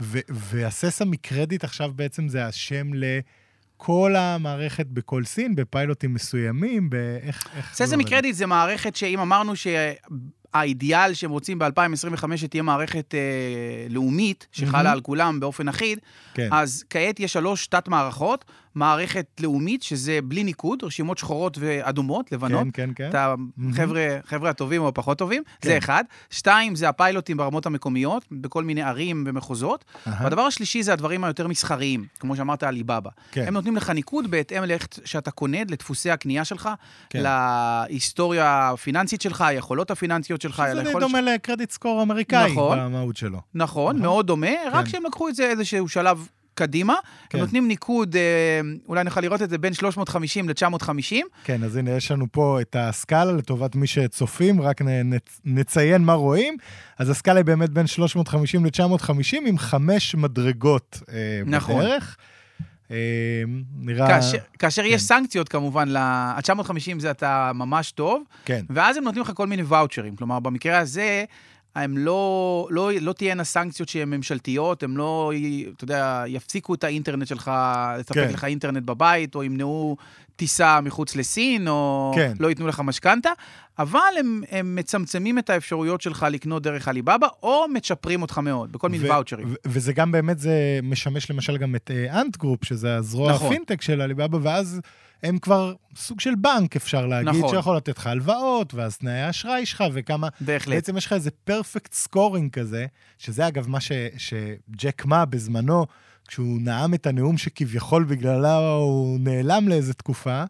והססמי קרדיט עכשיו בעצם זה השם לכל המערכת בכל סין, בפיילוטים מסוימים, באיך... ססמי קרדיט זה מערכת שאם אמרנו שהאידיאל שהם רוצים ב-אלפיים עשרים וחמש שתהיה מערכת לאומית, שחלה על כולם באופן אחיד, אז כעת יש שלוש תת מערכות, מערכת לאומית, שזה בלי ניקוד, רשימות שחורות ואדומות, לבנות. כן, כן, כן. את החבר'ה, חבר'ה הטובים או הפחות טובים, זה אחד. שתיים, זה הפיילוטים ברמות המקומיות, בכל מיני ערים ומחוזות. והדבר השלישי זה הדברים היותר מסחריים, כמו שאמרת, אליבאבא. הם נותנים לך ניקוד בהתאם לאיך שאתה קונה, לדפוסי הקנייה שלך, להיסטוריה הפיננסית שלך, היכולות הפיננסיות שלך. שזה די דומה לקרדיט סקור אמריקאי, במהות שלו. נכון, מאוד דומה, רק שהם לקחו את זה איזשהו שלב קדימה, הם נותנים ניקוד, אולי נוכל לראות את זה בין שלוש מאות חמישים ל-תשע מאות חמישים. כן, אז הנה, יש לנו פה את הסקאלה, לטובת מי שצופים, רק נציין מה רואים. אז הסקאלה היא באמת בין שלוש מאות חמישים ל-תשע מאות חמישים, עם חמש מדרגות בדרך. נראה... כאשר יש סנקציות, כמובן, ל-תשע מאות חמישים זה אתה ממש טוב, ואז הם נותנים לך כל מיני ואוצ'רים. כלומר, במקרה הזה... הם לא, לא, לא תהיינה סנקציות שהן ממשלתיות, הם לא, אתה יודע, יפסיקו את האינטרנט שלך, לספק כן. לך אינטרנט בבית, או ימנעו טיסה מחוץ לסין, או כן. לא ייתנו לך משכנתה, אבל הם, הם מצמצמים את האפשרויות שלך לקנות דרך אליבאבא, או מצ'פרים אותך מאוד, בכל מיני ואוצ'רים. וזה גם באמת, זה משמש למשל גם את אנט גרופ, שזה הזרוע נכון. הפינטק של אליבאבא, ואז הם כבר סוג של בנק, אפשר להגיד, נכון. שיכול לתת לך הלוואות, ואז תנאי האשראי שלך, וכמה... בהחלט. בעצם יש לך איזה פרפקט סקורינג כזה, שזה אגב מה ש... שג'ק מה בזמנו, כשהוא נאם את הנאום שכביכול בגללה הוא נעלם לאיזו תקופה,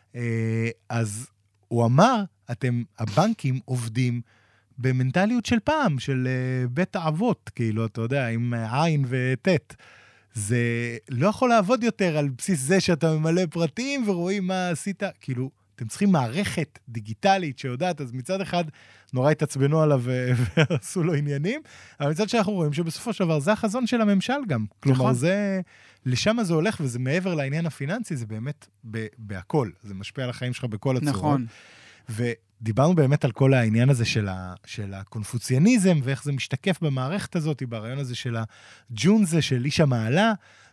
אז הוא אמר, אתם, הבנקים עובדים במנטליות של פעם, של בית האבות, כאילו, אתה יודע, עם עין וטט. זה לא יכול לעבוד יותר על בסיס זה שאתה ממלא פרטים ורואים מה עשית. כאילו, אתם צריכים מערכת דיגיטלית שיודעת, אז מצד אחד נורא התעצבנו עליו ועשו לו עניינים, אבל מצד שאנחנו רואים שבסופו של דבר זה החזון של הממשל גם. כלומר, זה, לשם זה הולך, וזה מעבר לעניין הפיננסי, זה באמת בהכל. זה משפיע על החיים שלך בכל הצורות. נכון. ודיברנו באמת על כל העניין הזה של, ה, של הקונפוציאניזם, ואיך זה משתקף במערכת הזאת, ברעיון הזה של הג'ונזה, של איש המעלה,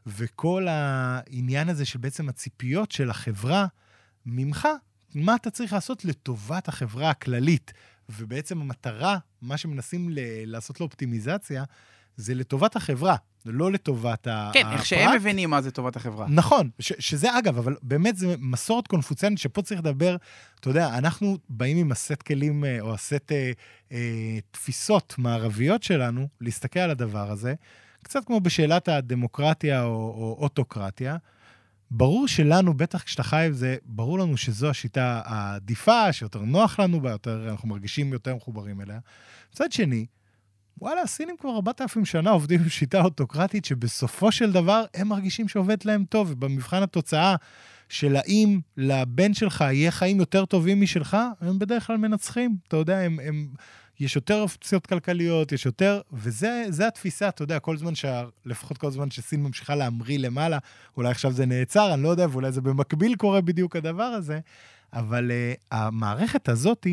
וכל העניין הזה של בעצם הציפיות של החברה ממך, מה אתה צריך לעשות לטובת החברה הכללית, ובעצם המטרה, מה שמנסים ל- לעשות לו אופטימיזציה, זה לטובת החברה, לא לטובת הפרט. כן, איך שהם מבינים מה זה טובת החברה. נכון, ש- שזה אגב, אבל באמת זה מסורת קונפוציאנית, שפה צריך לדבר, אתה יודע, אנחנו באים עם הסט כלים, או הסט אה, אה, תפיסות מערביות שלנו, להסתכל על הדבר הזה, קצת כמו בשאלת הדמוקרטיה או, או אוטוקרטיה, ברור שלנו, בטח כשאתה חי, זה ברור לנו שזו השיטה העדיפה, שיותר נוח לנו בה, יותר, אנחנו מרגישים יותר מחוברים אליה. מצד שני, וואלה, הסינים כבר ארבעת אלפים שנה עובדים עם שיטה אוטוקרטית, שבסופו של דבר הם מרגישים שעובד להם טוב, ובמבחן התוצאה של האם לבן שלך יהיה חיים יותר טובים משלך, הם בדרך כלל מנצחים. אתה יודע, הם... הם יש יותר אופציות כלכליות, יש יותר, וזה זה התפיסה, אתה יודע, כל זמן, שה, לפחות כל זמן שסין ממשיכה להמריא למעלה, אולי עכשיו זה נעצר, אני לא יודע, ואולי זה במקביל קורה בדיוק הדבר הזה, אבל uh, המערכת הזאת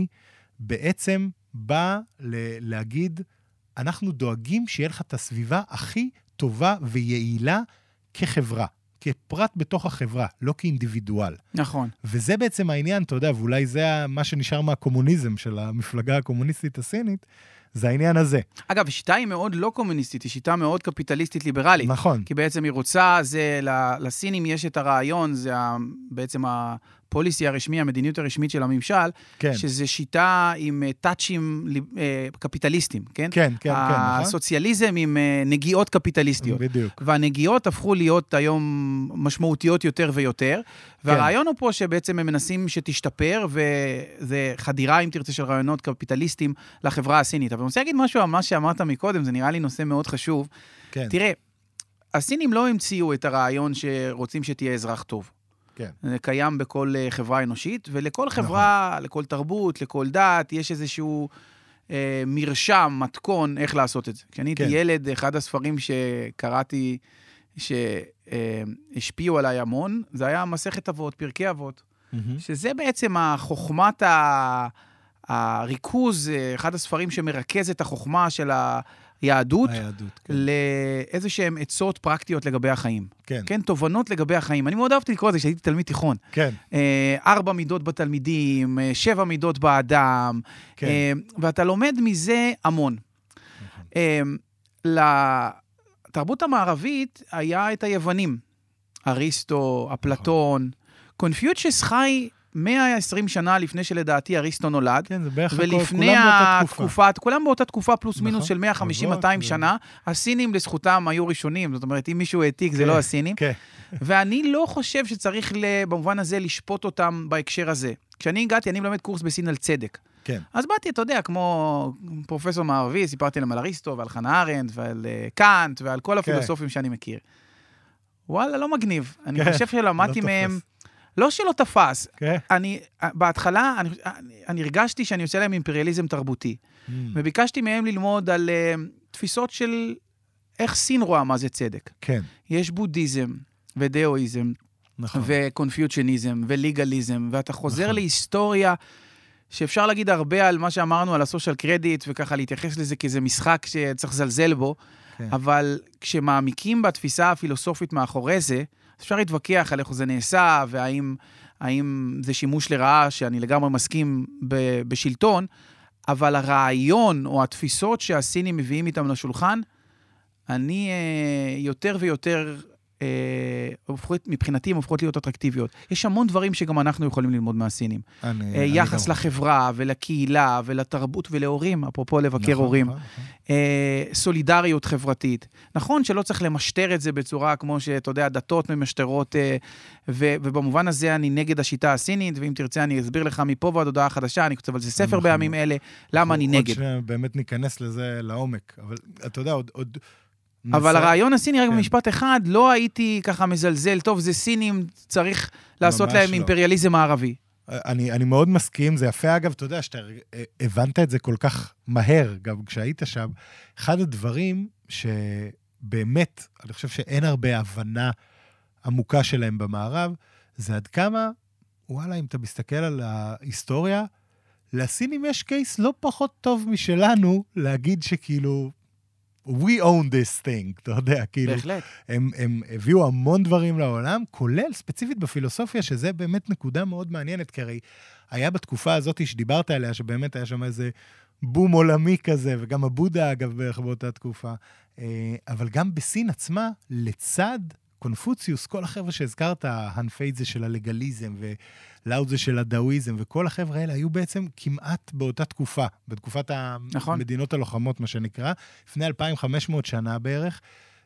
בעצם באה ל- להגיד, אנחנו דואגים שיהיה לך את הסביבה הכי טובה ויעילה כחברה, כפרט בתוך החברה, לא כאינדיבידואל. נכון. וזה בעצם העניין, אתה יודע, ואולי זה מה שנשאר מהקומוניזם של המפלגה הקומוניסטית הסינית, זה העניין הזה. אגב, השיטה היא מאוד לא קומוניסטית, היא שיטה מאוד קפיטליסטית ליברלית. נכון. כי בעצם היא רוצה, זה, לסינים יש את הרעיון, זה בעצם הפוליסי הרשמי, המדיניות הרשמית של הממשל, כן. שזה שיטה עם טאצ'ים קפיטליסטים, כן? כן, כן, כן, נכון. הסוציאליזם עם נגיעות קפיטליסטיות. בדיוק. והנגיעות הפכו להיות היום משמעותיות יותר ויותר, והרעיון הוא פה שבעצם הם מנסים שתשתפר, וזה חדירה, אם תרצה, של רעיונות קפיטליסטים לחברה הסינית. אבל אני רוצה להגיד משהו על מה שאמרת מקודם, זה נראה לי נושא מאוד חשוב. כן. תראה, הסינים לא המציאו את הרעיון שרוצים שתהיה אזרח טוב. כן. זה קיים בכל חברה אנושית, ולכל חברה, נכון. לכל תרבות, לכל דת, יש איזשהו אה, מרשם, מתכון, איך לעשות את זה. כשאני הייתי כן. ילד, אחד הספרים שקראתי, שהשפיעו עליי המון, זה היה מסכת אבות, פרקי אבות, mm-hmm. שזה בעצם החוכמת ה... הריכוז, אחד הספרים שמרכז את החוכמה של היהדות, היהדות כן. לאיזה שהם עצות פרקטיות לגבי החיים. כן. כן, תובנות לגבי החיים. אני מאוד אהבתי לקרוא את זה כשהייתי תלמיד תיכון. כן. ארבע מידות בתלמידים, שבע מידות באדם, כן. ואתה לומד מזה המון. נכון. לתרבות המערבית היה את היוונים, אריסטו, אפלטון, נכון. קונפיוצ'ס חי מאה ועשרים שנה לפני שלדעתי אריסטו נולד, כן, זה בערך ולפני התקופה, כולם באותה תקופה פלוס מינוס של מאה וחמישים עד מאתיים שנה, הסינים לזכותם היו ראשונים, זאת אומרת, אם מישהו העתיק זה לא הסינים, ואני לא חושב שצריך במובן הזה לשפוט אותם בהקשר הזה. כשאני הגעתי, אני מלמד קורס בסין על צדק. אז באתי, אתה יודע, כמו פרופסור מערבי, סיפרתי להם על אריסטו ועל חנה ארנדט ועל קאנט ועל כל הפילוסופים שאני מכיר. וואלה, לא מגניב. אני חושב שלמדתי מהם לא שלא תפס. Okay. אני, בהתחלה, אני, אני הרגשתי שאני עושה להם אימפריאליזם תרבותי. Mm. וביקשתי מהם ללמוד על uh, תפיסות של איך סין רואה מה זה צדק. כן. יש בודהיזם ודאואיזם, נכון. וקונפיוצ'ניזם וליגליזם, ואתה חוזר נכון. להיסטוריה שאפשר להגיד הרבה על מה שאמרנו על הסושיאל קרדיט, וככה להתייחס לזה כאיזה משחק שצריך לזלזל בו, כן. אבל כשמעמיקים בתפיסה הפילוסופית מאחורי זה, אפשר להתווכח על איך זה נעשה, והאם האם זה שימוש לרעה, שאני לגמרי מסכים ב, בשלטון, אבל הרעיון או התפיסות שהסינים מביאים איתם לשולחן, אני אה, יותר ויותר מבחינתי, הן הופכות להיות אטרקטיביות. יש המון דברים שגם אנחנו יכולים ללמוד מהסינים. יחס לחברה ולקהילה ולתרבות ולהורים, אפרופו לבקר הורים. סולידריות חברתית. נכון שלא צריך למשטר את זה בצורה כמו שאתה יודע, דתות ממשטרות, ובמובן הזה אני נגד השיטה הסינית, ואם תרצה אני אסביר לך מפה ועד הודעה חדשה, אני כותב על זה ספר בימים אלה, למה אני נגד. עוד שבאמת ניכנס לזה לעומק, אבל אתה יודע, עוד... אבל הרעיון הסיני, רק במשפט אחד, לא הייתי ככה מזלזל, טוב, זה סינים, צריך לעשות להם אימפריאליזם הערבי. אני, אני מאוד מסכים, זה יפה אגב, אתה יודע, שאתה הבנת את זה כל כך מהר, גם כשהיית שם, אחד הדברים שבאמת, אני חושב שאין הרבה הבנה עמוקה שלהם במערב, זה עד כמה, וואלה, אם אתה מסתכל על ההיסטוריה, לסינים יש קייס לא פחות טוב משלנו, להגיד שכאילו, we own this thing, אתה יודע, כאילו, בהחלט. הם, הם הביאו המון דברים לעולם, כולל ספציפית בפילוסופיה, שזה באמת נקודה מאוד מעניינת, כי הרי היה בתקופה הזאת שדיברת עליה, שבאמת היה שם איזה בום עולמי כזה, וגם הבודה, אגב, בערך באותה תקופה, אבל גם בסין עצמה, לצד קונפוציוס, כל החבר'ה שהזכרת, הנפי זה של הלגליזם, ולאו זה של הדאואיזם, וכל החבר'ה האלה היו בעצם כמעט באותה תקופה, בתקופת נכון. המדינות הלוחמות, מה שנקרא, לפני אלפיים וחמש מאות שנה בערך,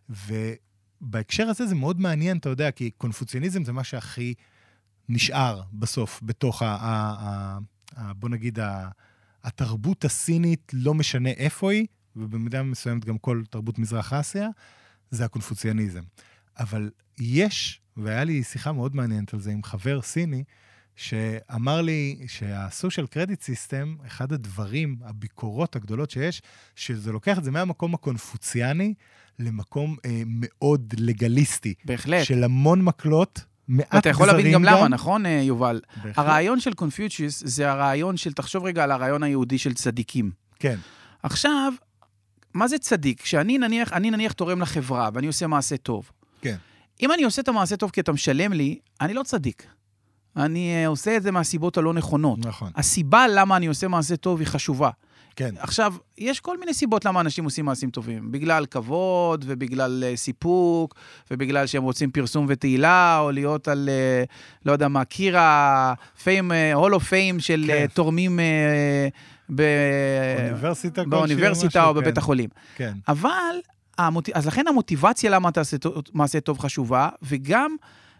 ובהקשר הזה זה מאוד מעניין, אתה יודע, כי קונפוציוניזם זה מה שהכי נשאר בסוף, בתוך, ה, ה, ה, ה, בוא נגיד, ה, התרבות הסינית, לא משנה איפה היא, ובמידה מסוימת גם כל תרבות מזרח אסיה, זה הקונפוציוניזם. אבל יש, והיה לי שיחה מאוד מעניינת על זה עם חבר סיני, שאמר לי שהסושיאל קרדיט סיסטם, אחד הדברים, הביקורות הגדולות שיש, שזה לוקח את זה מהמקום הקונפוציאני, למקום אה, מאוד לגליסטי. בהחלט. של המון מקלות, מעט גזרים גם. אתה יכול להבין גם למה, נכון, יובל? בהחלט. הרעיון של קונפיוציוס, זה הרעיון של, תחשוב רגע על הרעיון היהודי של צדיקים. כן. עכשיו, מה זה צדיק? כשאני נניח, אני נניח תורם לחברה, ואני עושה מעשה טוב. כן. אם אני עושה את המעשה טוב כי אתה משלם לי, אני לא צדיק. אני uh, עושה את זה מהסיבות הלא נכונות. נכון. הסיבה למה אני עושה מעשה טוב היא חשובה. כן. עכשיו, יש כל מיני סיבות למה אנשים עושים מעשים טובים. בגלל כבוד, ובגלל uh, סיפוק, ובגלל שהם רוצים פרסום ותהילה, או להיות על, uh, לא יודע מה, קירה, פיים, הולו פיים של כן. uh, תורמים uh, ב... באוניברסיטה, באוניברסיטה או בבית כן. החולים. כן. אבל, המוט... אז לכן המוטיבציה למה אתה עושה מעשה טוב חשובה, וגם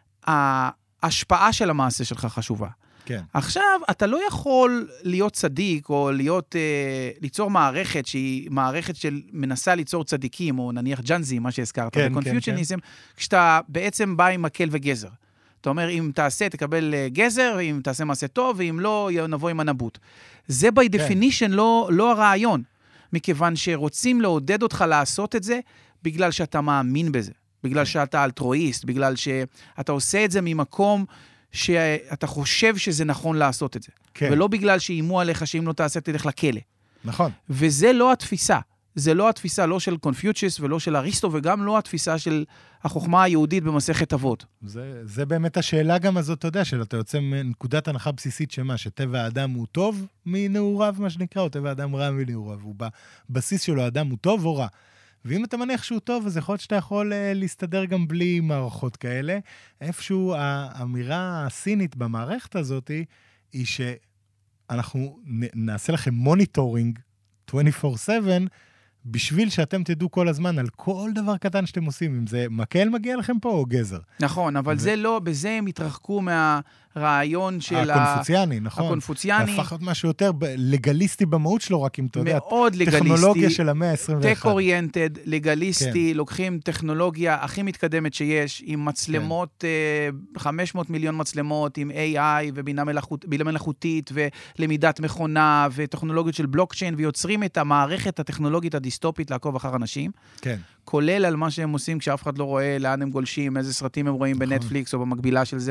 ההשפעה של המעשה שלך חשובה. כן. עכשיו, אתה לא יכול להיות צדיק, או להיות, אה, ליצור מערכת, שהיא מערכת של מנסה ליצור צדיקים, או נניח ג'אנזי, מה שהזכרת, כן, בקונפיוציוניזם, כן, כן. כשאתה בעצם בא עם מקל וגזר. אתה אומר, אם תעשה, תקבל גזר, אם תעשה מעשה טוב, ואם לא, נבוא עם הנבוט. זה by definition כן. לא, לא הרעיון. מכיוון שרוצים לעודד אותך לעשות את זה, בגלל שאתה מאמין בזה, בגלל שאתה אלטרואיסט, בגלל שאתה עושה את זה ממקום שאתה חושב שזה נכון לעשות את זה. כן. ולא בגלל שאימו עליך שאם לא תעשה, תלך לכלא. נכון. וזה לא התפיסה. זה לא התפיסה לא של קונפיוציוס ולא של אריסטו, וגם לא התפיסה של החוכמה היהודית במסכת אבות. זה, זה באמת השאלה גם הזאת, אתה יודע, שאתה יוצא מנקודת הנחה בסיסית שמה, שטבע האדם הוא טוב מנעוריו, מה שנקרא, או טבע האדם רע מנעוריו, הוא בבסיס שלו האדם הוא טוב או רע. ואם אתה מניח שהוא טוב, אז יכול להיות שאתה יכול להסתדר גם בלי מערכות כאלה. איפשהו האמירה הסינית במערכת הזאת היא שאנחנו נעשה לכם מוניטורינג עשרים וארבע שבע, בשביל שאתם תדעו כל הזמן על כל דבר קטן שאתם עושים, אם זה מקל מגיע לכם פה או גזר. נכון, אבל ו... זה לא, בזה הם התרחקו מהרעיון של הקונפוציאני, ה... נכון. הקונפוציאני. והפך להיות משהו יותר לגליסטי במהות שלו, רק אם אתה יודע, מאוד לגליסטי. טכנולוגיה של המאה ה-עשרים ואחת. טק-אוריינטד, לגליסטי, כן. לוקחים טכנולוגיה הכי מתקדמת שיש, עם מצלמות, כן. חמש מאות מיליון מצלמות, עם איי איי ובינה מלאכות, מלאכותית, ולמידת מכונה, וטכנולוגיות של בלוקצ'יין, ויוצרים את המערכת הטכנולוגית הדיסטופית לעקוב אחר אנשים. כן. כולל על מה שהם עושים כשאף אחד לא רואה לאן הם גולשים, איזה סרטים הם רואים בנטפליקס או במקבילה של זה,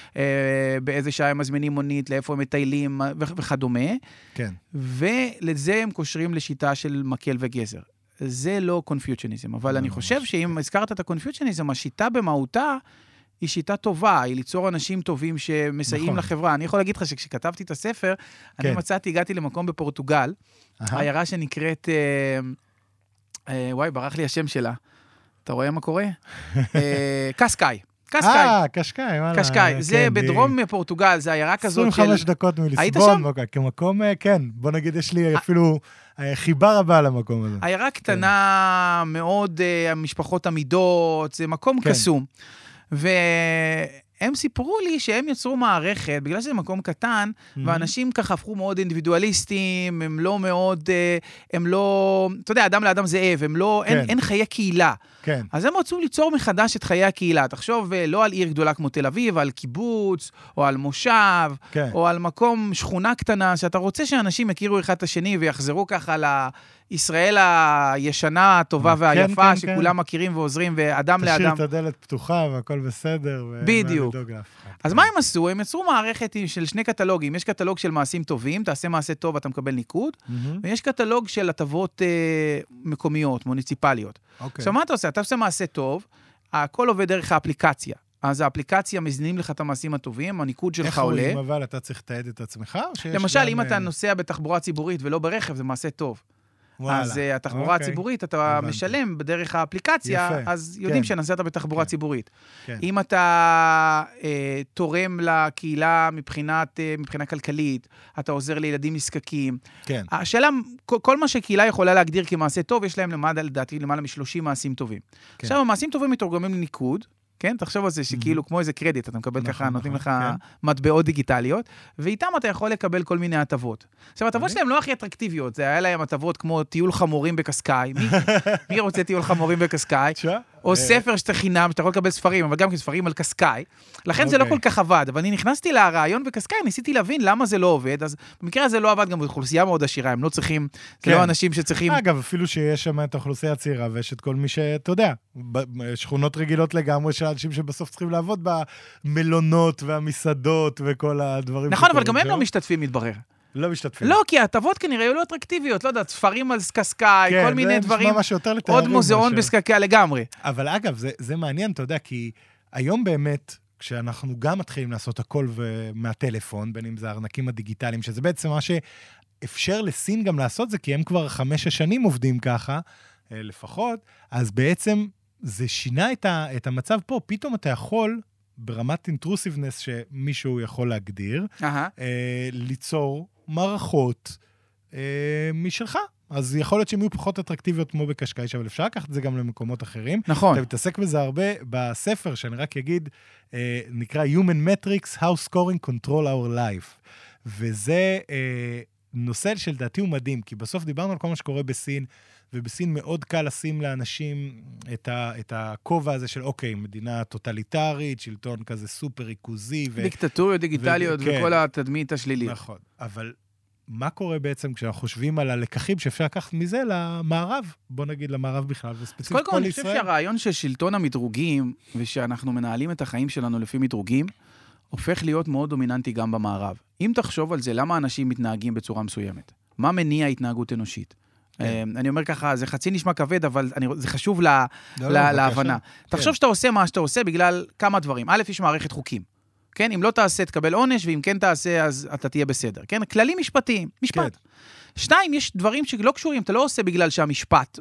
באיזה שעה הם מזמינים מונית, לאיפה הם מטיילים וכדומה. כן. ולזה הם קושרים לשיטה של מקל וגזר. זה לא קונפיוציוניזם, אבל אני חושב שאם הזכרת את הקונפיוציוניזם, השיטה במהותה היא שיטה טובה, היא ליצור אנשים טובים שמסייעים לחברה. אני יכול להגיד לך שכשכתבתי את הספר, אני מצאתי, הגעתי למקום בפורטוגל, העיירה שנקראת... וואי, ברח לי השם שלה. אתה רואה מה קורה? קסקאי. קסקאי. אה, קשקאי. קשקאי. זה בדרום פורטוגל, זה עיירה כזאת של... עשרים וחמש דקות מליסבון. כמקום, כן. בוא נגיד, יש לי אפילו חיבה רבה למקום הזה. עיירה קטנה מאוד, המשפחות עמידות, זה מקום קסום. והם סיפרו לי שהם יצרו מערכת, בגלל שזה מקום קטן, ואנשים ככה הפכו מאוד אינדיבידואליסטים, הם לא מאוד, הם לא, אתה יודע, אדם לאדם זאב, הם לא, אין, אין חיי קהילה. כן. אז הם רצו ליצור מחדש את חיי הקהילה. תחשוב לא על עיר גדולה כמו תל אביב, על קיבוץ, או על מושב, כן. או על מקום, שכונה קטנה, שאתה רוצה שאנשים יכירו אחד את השני, ויחזרו ככה לישראל הישנה, הטובה והיפה, כן, כן, שכולם כן. מכירים ועוזרים, ואדם תשאיר לאדם. תשאיר את הדלת פתוחה, והכל בסדר. בדיוק. אז מה הם עשו? הם יצרו מערכת של שני קטלוגים. יש קטלוג של מעשים טובים, תעשה מעשה טוב, אתה מקבל ניקוד, mm-hmm. ויש קטלוג של הטבות אה, מקומיות, מוניציפליות. Okay. עכשיו, מה אתה עושה? אתה עושה מעשה טוב, הכל עובד דרך האפליקציה. אז האפליקציה מזינים לך את המעשים הטובים, הניקוד שלך עולה. איך רואים, אבל אתה צריך לתעד את עצמך? למשל, אם אתה נוסע בתחבורה ציבורית ולא ברכב, זה מעשה טוב. אז התחבורה הציבורית, אתה משלם בדרך האפליקציה, אז יודעים שנסעת בתחבורה ציבורית. אם אתה תורם לקהילה מבחינה כלכלית, אתה עוזר לילדים נזקקים. השאלה, כל מה שקהילה יכולה להגדיר כמעשה טוב, יש להם לדעתי למעלה משלושים מעשים טובים. עכשיו, המעשים טובים מתורגמים לניקוד, כן? תחשוב על זה שכאילו כמו איזה קרדיט, אתה מקבל ככה, נותנים לך מטבעות דיגיטליות, ואיתם אתה יכול לקבל כל מיני הטבות. עכשיו, הטבות שלהם לא הכי אטרקטיביות, זה היה להם הטבות כמו טיול חמורים בקסקאי. מי רוצה טיול חמורים בקסקאי? או ספר שאתה חינם, שאתה יכול לקבל ספרים, אבל גם כספרים על קסקאי. לכן זה לא כל כך עבד, אבל אני נכנסתי לרעיון בקסקאי, ניסיתי להבין למה זה לא עובד, אז במקרה הזה לא עבד גם באוכלוסייה מאוד עשירה, הם לא צריכים, זה לא אנשים שצריכים... אגב, אפילו שיש שם את האוכלוסייה הצעירה, ויש את כל מי שאתה יודע, שכונות רגילות לגמרי של אנשים שבסוף צריכים לעבוד במלונות והמסעדות וכל הדברים. נכון, אבל גם הם לא משתתפים, מתברר. לא משתתפים. לא, כי ההטבות כנראה היו לא אטרקטיביות, לא יודעת, ספרים על קסקאי, כן, כל מיני דברים, עוד מוזיאון בסקקה לגמרי. אבל אגב, זה, זה מעניין, אתה יודע, כי היום באמת, כשאנחנו גם מתחילים לעשות הכל מהטלפון, בין אם זה הארנקים הדיגיטליים, שזה בעצם מה שאפשר לסין גם לעשות זה, כי הם כבר חמש שנים עובדים ככה, לפחות, אז בעצם זה שינה את, ה, את המצב פה, פתאום אתה יכול... ברמת אינטרוסיבנס שמישהו יכול להגדיר, uh-huh. אה, ליצור מערכות אה, משלך. אז יכול להיות שהן יהיו פחות אטרקטיביות כמו בקשקאי, אבל אפשר לקחת את זה גם למקומות אחרים. נכון. אתה מתעסק בזה הרבה בספר, שאני רק אגיד, אה, נקרא Human Metrics, How Scoring Control Our Life. וזה אה, נושא שלדעתי הוא מדהים, כי בסוף דיברנו על כל מה שקורה בסין, ובסין מאוד קל לשים לאנשים את, ה, את הכובע הזה של, אוקיי, מדינה טוטליטרית, שלטון כזה סופר ריכוזי. ו... דיקטטוריות דיגיטליות ו... וכל כן. התדמית השלילית. נכון, אבל מה קורה בעצם כשאנחנו חושבים על הלקחים שאפשר לקחת מזה למערב? בוא נגיד למערב בכלל, וספציפית כל ישראל. קודם כל, אני חושב שהרעיון של שלטון המדרוגים, ושאנחנו מנהלים את החיים שלנו לפי מדרוגים, הופך להיות מאוד דומיננטי גם במערב. אם תחשוב על זה, למה אנשים מתנהגים בצורה מסוימת? מה מניע התנהגות אנושית? אני אומר ככה, זה חצי נשמע כבד, אבל זה חשוב להבנה. תחשוב שאתה עושה מה שאתה עושה בגלל כמה דברים. א', יש מערכת חוקים. כן? אם לא תעשה, תקבל עונש, ואם כן תעשה, אז אתה תהיה בסדר. כן? כללים משפטיים. משפט. שתיים, יש דברים שלא קשורים, אתה לא עושה בגלל שהמשפט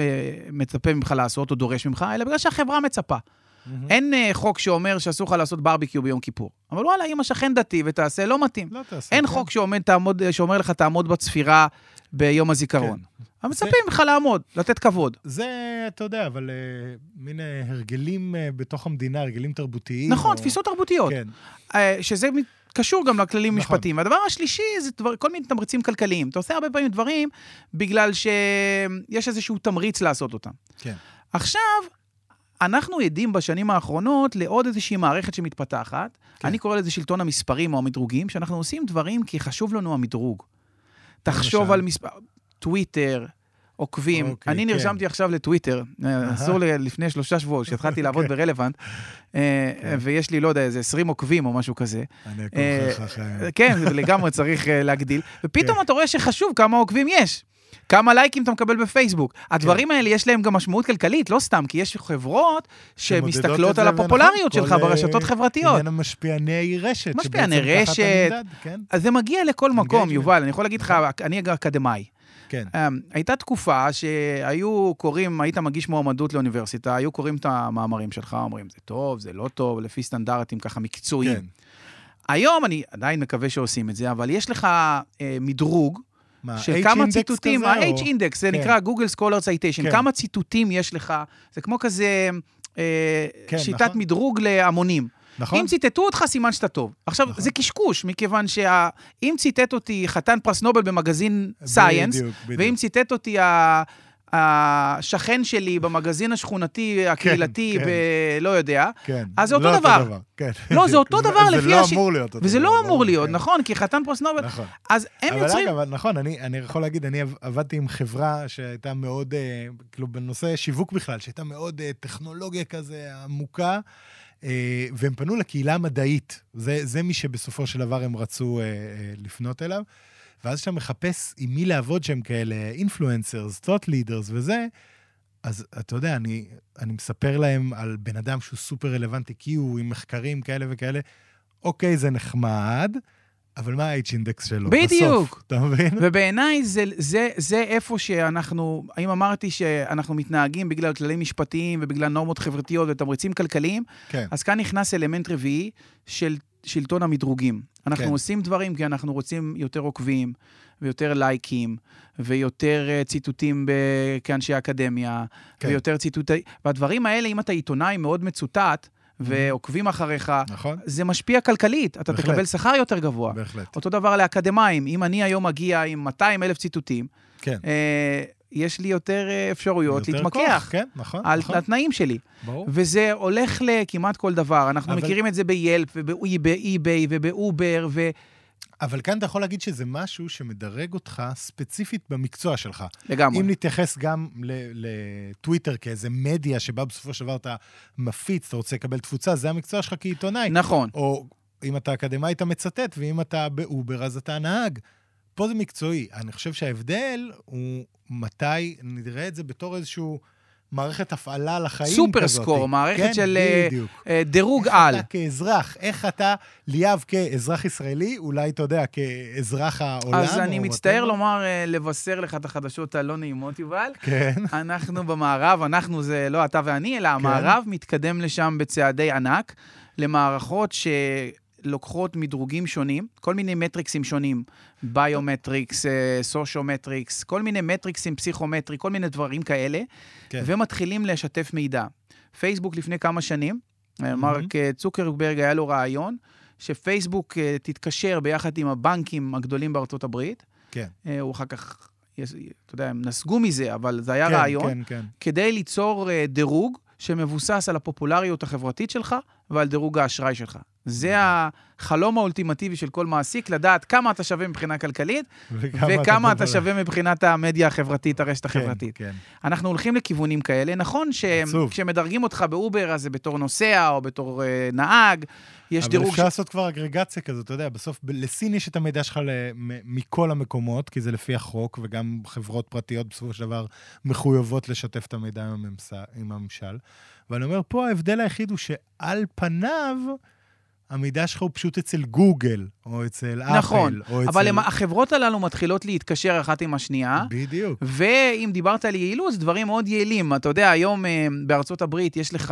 מצפה ממך לעשות או דורש ממך, אלא בגלל שהחברה מצפה. אין חוק שאומר שאסור לך לעשות ברביקיו ביום כיפור. אבל וואלה, אם השכן דתי ותעשה, לא מתאים. אין חוק שאומר לך תעמוד בצפירה ביום הזיכרון. אבל מצפים לך לעמוד, לתת כבוד. זה, אתה יודע, אבל מין הרגלים בתוך המדינה, הרגלים תרבותיים. נכון, תפיסות תרבותיות. שזה קשור גם לכללים משפטיים. והדבר השלישי זה כל מיני תמריצים כלכליים. אתה עושה הרבה פעמים דברים בגלל שיש איזשהו תמריץ לעשות אותם. עכשיו, אנחנו עדים בשנים האחרונות לעוד איזושהי מערכת שמתפתחת. אני קורא לזה שלטון המספרים או המדרוגים, שאנחנו עושים דברים כי חשוב לנו המדרוג. תחשוב על מספר, טוויטר, עוקבים. אני נרשמתי עכשיו לטוויטר, אסור לפני שלושה שבועות, שהתחלתי לעבוד ברלוונט, ויש לי, לא יודע, איזה עשרים עוקבים או משהו כזה. אני אקום חכם. כן, לגמרי צריך להגדיל. ופתאום אתה רואה שחשוב כמה עוקבים יש. כמה לייקים אתה מקבל בפייסבוק. הדברים האלה יש להם גם משמעות כלכלית, לא סתם, כי יש חברות שמסתכלות על הפופולריות שלך ברשתות חברתיות. עניין המשפיעני רשת. משפיעני רשת. אז זה מגיע לכל מקום, יובל. אני יכול להגיד לך, אני אקדמאי. כן. הייתה תקופה שהיו קוראים, היית מגיש מועמדות לאוניברסיטה, היו קוראים את המאמרים שלך, אומרים, זה טוב, זה לא טוב, לפי סטנדרטים ככה מקצועיים. כן. היום אני עדיין מקווה שעושים את זה, אבל יש לך אה, מדרוג, מה, של כמה H-index ציטוטים, כזה, ה-H או- index, זה כן. נקרא Google Scholar Citation, כן. כמה ציטוטים יש לך, זה כמו כזה אה, כן, שיטת נכון. מדרוג להמונים. נכון? אם ציטטו אותך, סימן שאתה טוב. עכשיו, נכון. זה קשקוש, מכיוון שאם ציטט אותי חתן פרס נובל במגזין סייאנס, בדיוק, בדיוק. ואם ציטט אותי ה- השכן שלי במגזין השכונתי, הקהילתי, כן. ולא יודע, כן. אז זה אותו לא דבר. כן. לא, זה אותו זה- דבר זה לפי לא הש- אמור להיות אותו וזה דבר, לא אמור ברור, להיות, כן. נכון? כי חתן פרס נובל, נכון. אז הם אבל יוצרים... אגב, נכון, אני, אני יכול להגיד, אני עב- עבדתי עם חברה שהייתה מאוד, אה, כאילו בנושא שיווק בכלל, שהייתה מאוד אה, טכנולוגיה כזה עמוקה, אה, והם פנו לקהילה המדעית. זה, זה מי שבסופו של דבר הם רצו אה, אה, לפנות אליו. ואז כשאתה מחפש עם מי לעבוד שהם כאלה, אינפלואנסרס, thought leaders וזה, אז אתה יודע, אני, אני מספר להם על בן אדם שהוא סופר רלוונטי, כי הוא עם מחקרים כאלה וכאלה, אוקיי, זה נחמד, אבל מה ה-H index שלו? בדיוק. בסוף, אתה מבין? ובעיניי זה, זה, זה איפה שאנחנו, האם אמרתי שאנחנו מתנהגים בגלל כללים משפטיים ובגלל נורמות חברתיות ותמריצים כלכליים, כן. אז כאן נכנס אלמנט רביעי של שלטון המדרוגים. אנחנו כן. עושים דברים כי אנחנו רוצים יותר עוקבים, ויותר לייקים, ויותר uh, ציטוטים ב- כאנשי אקדמיה, כן. ויותר ציטוטי... והדברים האלה, אם אתה עיתונאי מאוד מצוטט, ועוקבים אחריך, נכון? זה משפיע כלכלית, אתה בהחלט. תקבל שכר יותר גבוה. בהחלט. אותו דבר לאקדמאים, אם אני היום מגיע עם מאתיים אלף ציטוטים, כן. אה, יש לי יותר אה, אפשרויות יותר להתמקח כוח, כן, נכון, על נכון. התנאים שלי. ברור. וזה הולך לכמעט כל דבר. אנחנו אבל- מכירים את זה ביילפ ובאי-ביי ובאובר, ו... אבל כאן אתה יכול להגיד שזה משהו שמדרג אותך ספציפית במקצוע שלך. לגמרי. אם נתייחס גם לטוויטר כאיזה מדיה שבה בסופו של דבר אתה מפיץ, אתה רוצה לקבל תפוצה, זה המקצוע שלך כעיתונאי. נכון. או אם אתה אקדמאי אתה מצטט, ואם אתה באובר אז אתה נהג. פה זה מקצועי. אני חושב שההבדל הוא מתי נראה את זה בתור איזשהו מערכת הפעלה לחיים כזאת. סופר סקור, מערכת כן, של אה, בדיוק. אה, דירוג איך על. אתה כאזרח, איך אתה, ליאב כאזרח ישראלי, אולי אתה יודע, כאזרח העולם. אז אני או מצטער whatever. לומר, אה, לבשר לך את החדשות הלא נעימות, יובל. כן, אנחנו במערב, אנחנו זה לא אתה ואני, אלא המערב מתקדם לשם בצעדי ענק, למערכות שלוקחות מדרוגים שונים, כל מיני מטריקסים שונים, ביומטריקס, סושיומטריקס, כל מיני מטריקסים פסיכומטרי, כל מיני דברים כאלה, כן. ומתחילים לשתף מידע. פייסבוק לפני כמה שנים, מרק צוקרברג היה לו רעיון, שפייסבוק תתקשר ביחד עם הבנקים הגדולים בארצות הברית, כן. הוא אחר כך, אתה יודע, הם נסגו מזה, אבל זה היה כן, רעיון, כן, כן. כדי ליצור דירוג שמבוסס על הפופולריות החברתית שלך ועל דירוג האשראי שלך. זה החלום האולטימטיבי של כל מעסיק, לדעת כמה אתה שווה מבחינה כלכלית, וכמה אתה שווה מבחינת המדיה החברתית, הרשת החברתית. כן, אנחנו הולכים לכיוונים כאלה. נכון שכשמדרגים אותך באובר, אז זה בתור נוסע או בתור נהג, יש דירוג... אבל אפשר לעשות כבר אגרגציה כזאת, אתה יודע, בסוף לסין יש את המידע שלך מכל המקומות, כי זה לפי החוק, וגם חברות פרטיות בסופו של דבר מחויבות לשתף את המידע עם הממשל. ואני אומר, פה ההבדל היחיד הוא שעל פניו, המידע שלך הוא פשוט אצל גוגל, או אצל אפל, נכון, או אצל... אבל הם, החברות הללו מתחילות להתקשר אחת עם השנייה. בדיוק. ואם דיברת על יעילות, זה דברים מאוד יעילים. אתה יודע, היום בארצות הברית יש לך,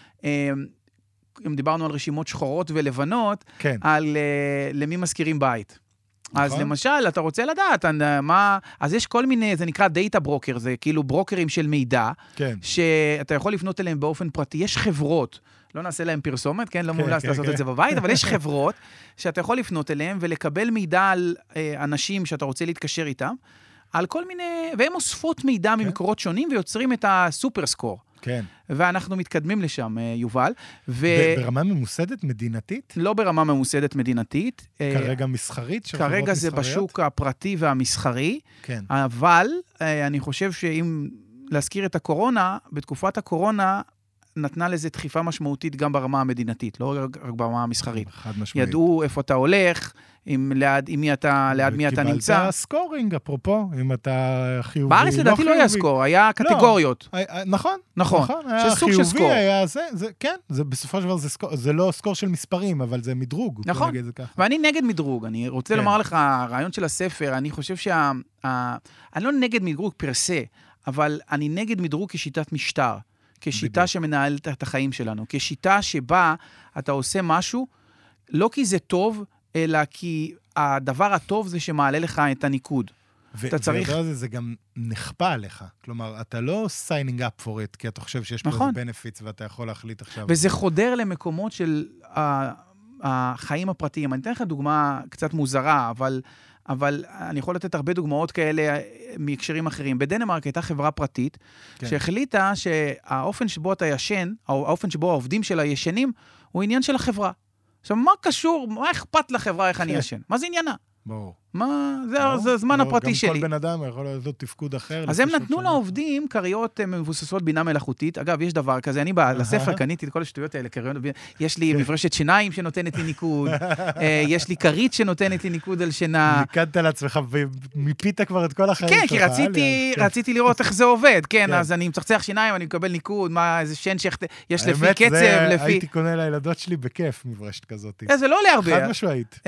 אם דיברנו על רשימות שחורות ולבנות, כן. על למי מזכירים בית. נכון. אז למשל, אתה רוצה לדעת, מה... אז יש כל מיני, זה נקרא דאטה ברוקר, זה כאילו ברוקרים של מידע, כן. שאתה יכול לפנות אליהם באופן פרטי. יש חברות, לא נעשה להם פרסומת, כן? לא כן, מומלץ כן, לעשות כן. את זה בבית, אבל יש חברות שאתה יכול לפנות אליהם ולקבל מידע על אה, אנשים שאתה רוצה להתקשר איתם, על כל מיני, והם אוספות מידע כן. ממקורות שונים ויוצרים את הסופר סקור. כן. ואנחנו מתקדמים לשם, אה, יובל. ו... ברמה ממוסדת, מדינתית? לא ברמה ממוסדת מדינתית. כרגע מסחרית של חברות מסחריות? כרגע זה בשוק הפרטי והמסחרי, כן. אבל אה, אני חושב שאם להזכיר את הקורונה, בתקופת הקורונה, נתנה לזה דחיפה משמעותית גם ברמה המדינתית, לא רק ברמה המסחרית. חד משמעית. ידעו איפה אתה הולך, עם ליד, עם מי אתה, ליד מי אתה נמצא. וקיבלת סקורינג, אפרופו, אם אתה חיובי, בארץ לדעתי לא היה סקור, היה קטגוריות. נכון, נכון. היה חיובי, היה זה, כן, זה בסופו של דבר זה לא סקור של מספרים, אבל זה מדרוג. נכון, ואני נגד מדרוג, אני רוצה לומר לך, הרעיון של הספר, אני חושב שה... אני לא נגד מדרוג פרסה, אבל אני נגד מדרוג כשיטת משטר, כשיטה שמנהלת את החיים שלנו, כשיטה שבה אתה עושה משהו, לא כי זה טוב, אלא כי הדבר הטוב זה שמעלה לך את הניקוד. אתה צריך... והדבר הזה זה גם נכפה עליך. כלומר, אתה לא signing up for it, כי אתה חושב שיש פה איזה benefits, ואתה יכול להחליט עכשיו. וזה חודר למקומות של החיים הפרטיים. אני אתן לך דוגמה קצת מוזרה, אבל... אבל אני יכול לתת הרבה דוגמאות כאלה מהקשרים אחרים. בדנמרק הייתה חברה פרטית, כן. שהחליטה שהאופן שבו אתה ישן, האופן שבו העובדים שלה ישנים, הוא עניין של החברה. עכשיו, מה קשור, מה אכפת לחברה איך אני ישן? מה זה עניינה? ברור. מה, זה הזמן הפרטי שלי. גם כל בן אדם יכול לעשות תפקוד אחר. אז הם נתנו לעובדים קריות מבוססות בינה מלאכותית. אגב, יש דבר כזה, אני לספר קניתי את כל השטויות האלה, יש לי מברשת שיניים שנותנת לי ניקוד, יש לי כרית שנותנת לי ניקוד על שינה. ניקדת לעצמך ומיפית כבר את כל החיים שלך. כן, כי רציתי לראות איך זה עובד, כן, אז אני מצחצח שיניים, אני מקבל ניקוד, מה, איזה שן יש לפי קצב, לפי... הייתי קונה לילדות שלי בכיף מברשת כזאת. זה לא עולה הרבה. חד משמעית.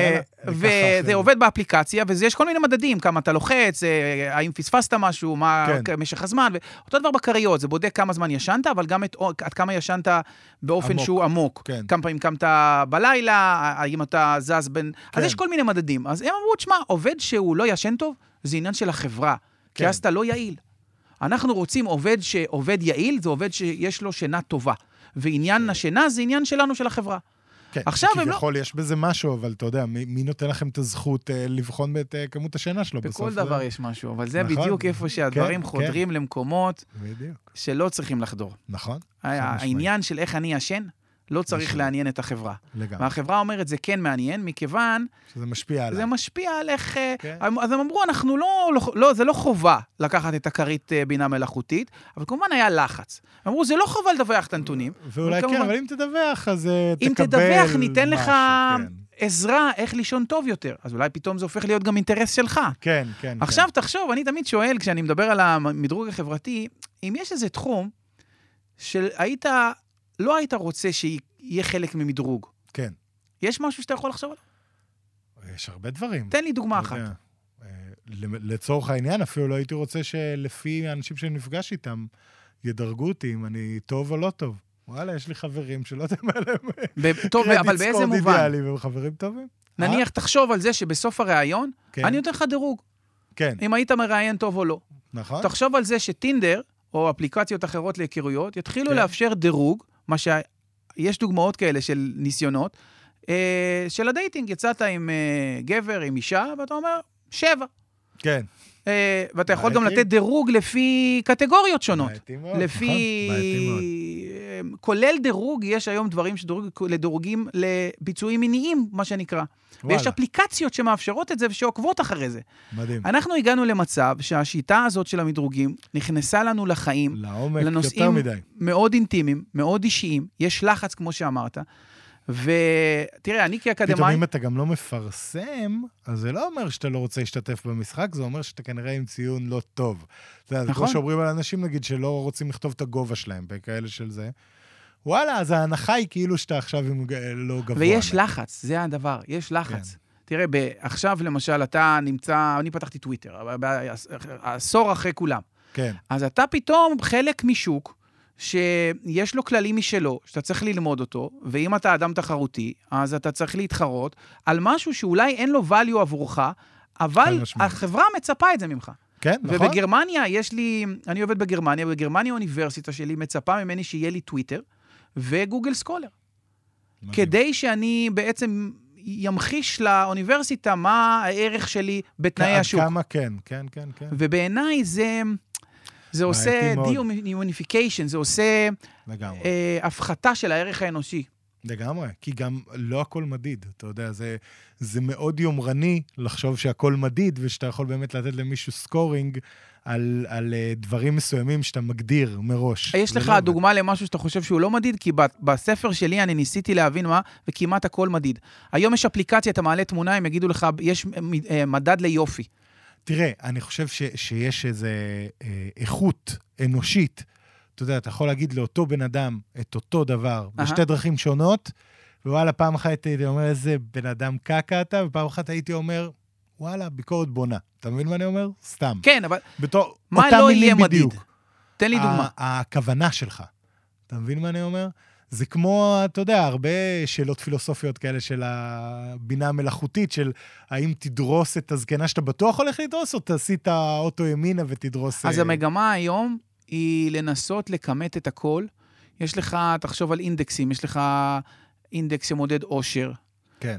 וזה עובד באפליקציה, ויש כל מיני מדדים, כמה אתה לוחץ, האם פספסת משהו, מה משך הזמן, ואותו דבר בקריות, זה בודק כמה זמן ישנת, אבל גם עד כמה ישנת באופן שהוא עמוק. כמה פעמים קמת בלילה, האם אתה זז בין... אז יש כל מיני מדדים. אז הם אמרו, תשמע, עובד שהוא לא ישן טוב, זה עניין של החברה, כי אז אתה לא יעיל. אנחנו רוצים עובד שעובד יעיל, זה עובד שיש לו שינה טובה. ועניין השינה זה עניין שלנו של החברה. כן, עכשיו כי כביכול לא... יש בזה משהו, אבל אתה יודע, מי, מי נותן לכם את הזכות אה, לבחון את אה, כמות השינה שלו? בכל בסוף דבר זה... יש משהו, אבל זה נכון, בדיוק איפה שהדברים כן, חודרים כן. למקומות בדיוק. שלא צריכים לחדור. נכון. העניין של איך אני ישן, לא צריך משהו. לעניין את החברה. לגמרי. והחברה אומרת, זה כן מעניין, מכיוון... שזה משפיע עליי. זה משפיע על איך... כן. אז הם אמרו, אנחנו לא, לא, לא, זה לא חובה לקחת את הכרית בינה מלאכותית, אבל כמובן היה לחץ. הם אמרו, זה לא חובה לדווח את הנתונים. ואולי כן, אבל אם תדווח, אז תקבל... אם תדווח, ניתן לך עזרה איך לישון טוב יותר. אז אולי פתאום זה הופך להיות גם אינטרס שלך. כן, כן. עכשיו תחשוב, אני תמיד שואל, כשאני מדבר על המדרוג החברתי, אם יש איזה תחום של היית, לא היית רוצה שיהיה חלק ממדרוג. כן. יש משהו שאתה יכול לחשוב עליו? יש הרבה דברים. תן לי דוגמה אחת. לצורך העניין, אפילו לא הייתי רוצה שלפי האנשים שנפגש איתם, ידרגו אותי אם אני טוב או לא טוב. וואלה, יש לי חברים שלא תמלא להם טוב, אבל באיזה מובן? אידיאלי, והם חברים טובים. נניח, תחשוב על זה שבסוף הראיון, אני נותן לך דירוג. כן. אם היית מראיין טוב או לא. נכון. תחשוב על זה שטינדר, או אפליקציות אחרות להיכרויות, יתחילו לאפשר דירוג, מה שיש דוגמאות כאלה של ניסיונות, של הדייטינג, יצאת עם גבר, עם אישה, ואתה אומר, שבע. כן. ואתה יכול גם לתת דירוג לפי קטגוריות שונות. בעייתי מאוד, לפי... נכון, בעייתי מאוד. כולל דירוג, יש היום דברים לדורוגים לביצועים מיניים, מה שנקרא. ויש אפליקציות שמאפשרות את זה ושעוקבות אחרי זה. מדהים. אנחנו הגענו למצב שהשיטה הזאת של המדרוגים נכנסה לנו לחיים, לנושאים מאוד אינטימיים, מאוד אישיים, יש לחץ כמו שאמרת, ותראה, אני כאקדמאי... פתאום אם אתה גם לא מפרסם, אז זה לא אומר שאתה לא רוצה להשתתף במשחק, זה אומר שאתה כנראה עם ציון לא טוב. זה כמו שאומרים על אנשים, נגיד, שלא רוצים לכתוב את הגובה שלהם, בכאלה של זה. וואלה, אז ההנחה היא כאילו שאתה עכשיו לא גבוה. ויש לחץ, זה הדבר, יש לחץ. תראה, עכשיו למשל, אתה נמצא, אני פתחתי טוויטר, עשור אחרי כולם. כן. אז אתה פתאום חלק משוק, שיש לו כללים משלו, שאתה צריך ללמוד אותו, ואם אתה אדם תחרותי, אז אתה צריך להתחרות על משהו שאולי אין לו value עבורך, אבל החברה מצפה את זה ממך. כן, נכון. ובגרמניה יש לי, אני עובד בגרמניה, בגרמניה האוניברסיטה שלי מצפה ממני שיהיה לי טוויטר וגוגל סקולר. כדי שאני בעצם ימחיש לאוניברסיטה מה הערך שלי בתנאי השוק. כמה כן, כן, כן, כן. ובעיניי זה... זה עושה דיומיניפיקיישן, זה עושה הפחתה של הערך האנושי. לגמרי, כי גם לא הכל מדיד, אתה יודע, זה, זה מאוד יומרני לחשוב שהכל מדיד, ושאתה יכול באמת לתת למישהו סקורינג על, על דברים מסוימים שאתה מגדיר מראש. יש לך לא דוגמה עובד. למשהו שאתה חושב שהוא לא מדיד, כי בספר שלי אני ניסיתי להבין מה, וכמעט הכל מדיד. היום יש אפליקציה, אתה מעלה תמונה, הם יגידו לך, יש מדד ליופי. תראה, אני חושב ש, שיש איזו אה, איכות אנושית, אתה יודע, אתה יכול להגיד לאותו בן אדם את אותו דבר, uh-huh. בשתי דרכים שונות, ווואלה, פעם אחת הייתי אומר, איזה בן אדם קקה אתה, ופעם אחת הייתי אומר, וואלה, ביקורת בונה. אתה מבין מה אני אומר? סתם. כן, אבל בתור, מה לא יהיה מדיד? תן לי דוגמה. הכוונה שלך. אתה מבין מה אני אומר? זה כמו, אתה יודע, הרבה שאלות פילוסופיות כאלה של הבינה המלאכותית, של האם תדרוס את הזקנה שאתה בטוח הולך לדרוס, או תעשי את האוטו ימינה ותדרוס... אז המגמה היום היא לנסות לקמת את הכל. יש לך, תחשוב על אינדקסים, יש לך אינדקס שמודד עושר, כן.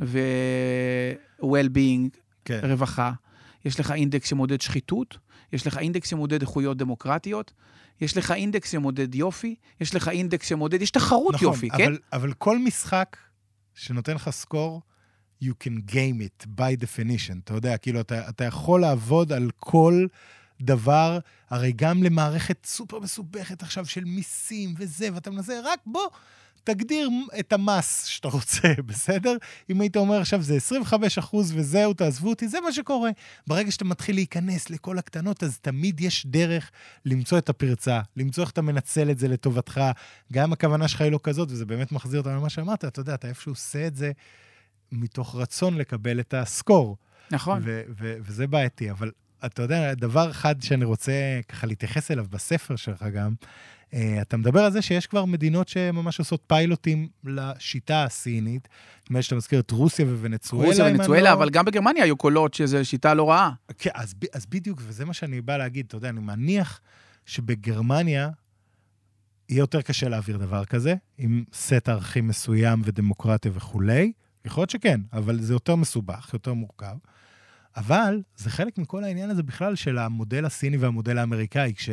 ו-well-being, כן. רווחה. יש לך אינדקס שמודד שחיתות, יש לך אינדקס שמודד איכויות דמוקרטיות, יש לך אינדקס שמודד יופי, יש לך אינדקס שמודד, יש תחרות נכון, יופי, אבל, כן? אבל כל משחק שנותן לך סקור, you can game it by definition. אתה יודע, כאילו, אתה, אתה יכול לעבוד על כל דבר, הרי גם למערכת סופר מסובכת עכשיו של מיסים וזה, ואתה מנסה, רק בוא, תגדיר את המס שאתה רוצה, בסדר? אם היית אומר עכשיו, זה עשרים וחמישה אחוז וזהו, תעזבו אותי, זה מה שקורה. ברגע שאתה מתחיל להיכנס לכל הקטנות, אז תמיד יש דרך למצוא את הפרצה, למצוא איך אתה מנצל את זה לטובתך, גם הכוונה שלך היא לא כזאת, וזה באמת מחזיר אותנו למה שאמרת, אתה יודע, אתה איפשהו עושה את זה מתוך רצון לקבל את הסקור. נכון. ו- ו- וזה בעייתי, אבל אתה יודע, דבר אחד שאני רוצה ככה להתייחס אליו בספר שלך גם, Uh, אתה מדבר על זה שיש כבר מדינות שממש עושות פיילוטים לשיטה הסינית, כמו שאתה מזכיר את רוסיה וונצואלה. רוסיה וונצואלה, לא... אבל גם בגרמניה היו קולות שזו שיטה לא רעה. כן, אז, אז בדיוק, וזה מה שאני בא להגיד, אתה יודע, אני מניח שבגרמניה יהיה יותר קשה להעביר דבר כזה, עם סט ערכים מסוים ודמוקרטיה וכולי, יכול להיות שכן, אבל זה יותר מסובך, יותר מורכב. אבל זה חלק מכל העניין הזה בכלל של המודל הסיני והמודל האמריקאי, כש...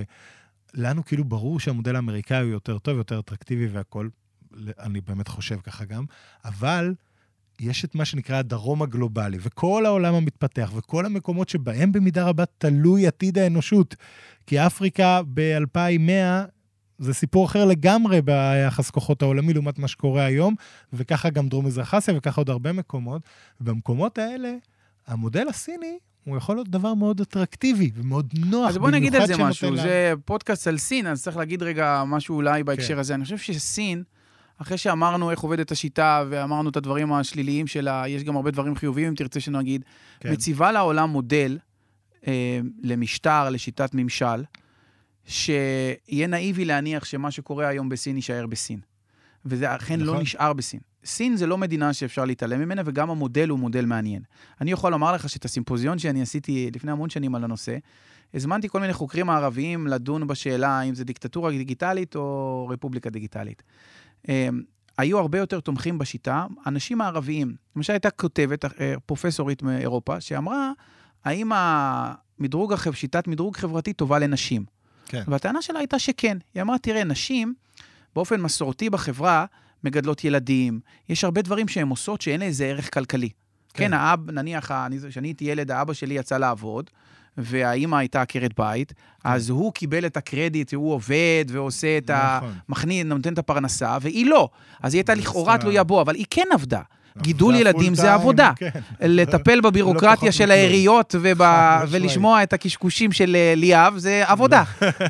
לנו כאילו ברור שהמודל האמריקאי הוא יותר טוב, יותר אטרקטיבי והכל, אני באמת חושב ככה גם, אבל יש את מה שנקרא הדרום הגלובלי, וכל העולם המתפתח, וכל המקומות שבהם במידה רבה תלוי עתיד האנושות, כי אפריקה ב-אלפיים ומאה זה סיפור אחר לגמרי ביחס כוחות העולמי, לעומת מה שקורה היום, וככה גם דרום מזרח אסיה, וככה עוד הרבה מקומות, ובמקומות האלה, המודל הסיני, הוא יכול להיות דבר מאוד אטרקטיבי ומאוד נוח. אז בוא נגיד על זה משהו, זה פודקאסט על סין, אז צריך להגיד רגע משהו אולי בהקשר הזה. אני חושב שסין, אחרי שאמרנו איך עובדת השיטה, ואמרנו את הדברים השליליים שלה, יש גם הרבה דברים חיוביים, אם תרצה שנגיד, מציבה לעולם מודל למשטר, לשיטת ממשל, שיהיה נאיבי להניח שמה שקורה היום בסין יישאר בסין. וזה אכן לא נשאר בסין. סין זה לא מדינה שאפשר להתעלם ממנה, וגם המודל הוא מודל מעניין. אני יכול לומר לך שאת הסימפוזיון שאני עשיתי לפני המון שנים על הנושא, הזמנתי כל מיני חוקרים הערביים לדון בשאלה אם זה דיקטטורה דיגיטלית או רפובליקה דיגיטלית. היו הרבה יותר תומכים בשיטה, אנשים הערביים, למשל הייתה כותבת, פרופסורית מאירופה, שאמרה, האם המדרוג, שיטת מדרוג חברתית טובה לנשים? כן. והטענה שלה הייתה שכן. היא אמרה, תראה, נשים, באופן מסורתי בחברה, מגדלות ילדים, יש הרבה דברים שהן עושות שאין לאיזה ערך כלכלי. כן, כן האב, נניח, כשאני הייתי ילד, האבא שלי יצא לעבוד, והאמא הייתה עקרת בית, כן. אז הוא קיבל את הקרדיט, הוא עובד ועושה את נכון. המכנין, נותן את הפרנסה, והיא לא. אז היא הייתה לכאורה תלויה בו, אבל היא כן עבדה. גידול ילדים זה עבודה. לטפל בבירוקרטיה של העיריות ולשמוע את הקשקושים של ליאב, זה עבודה.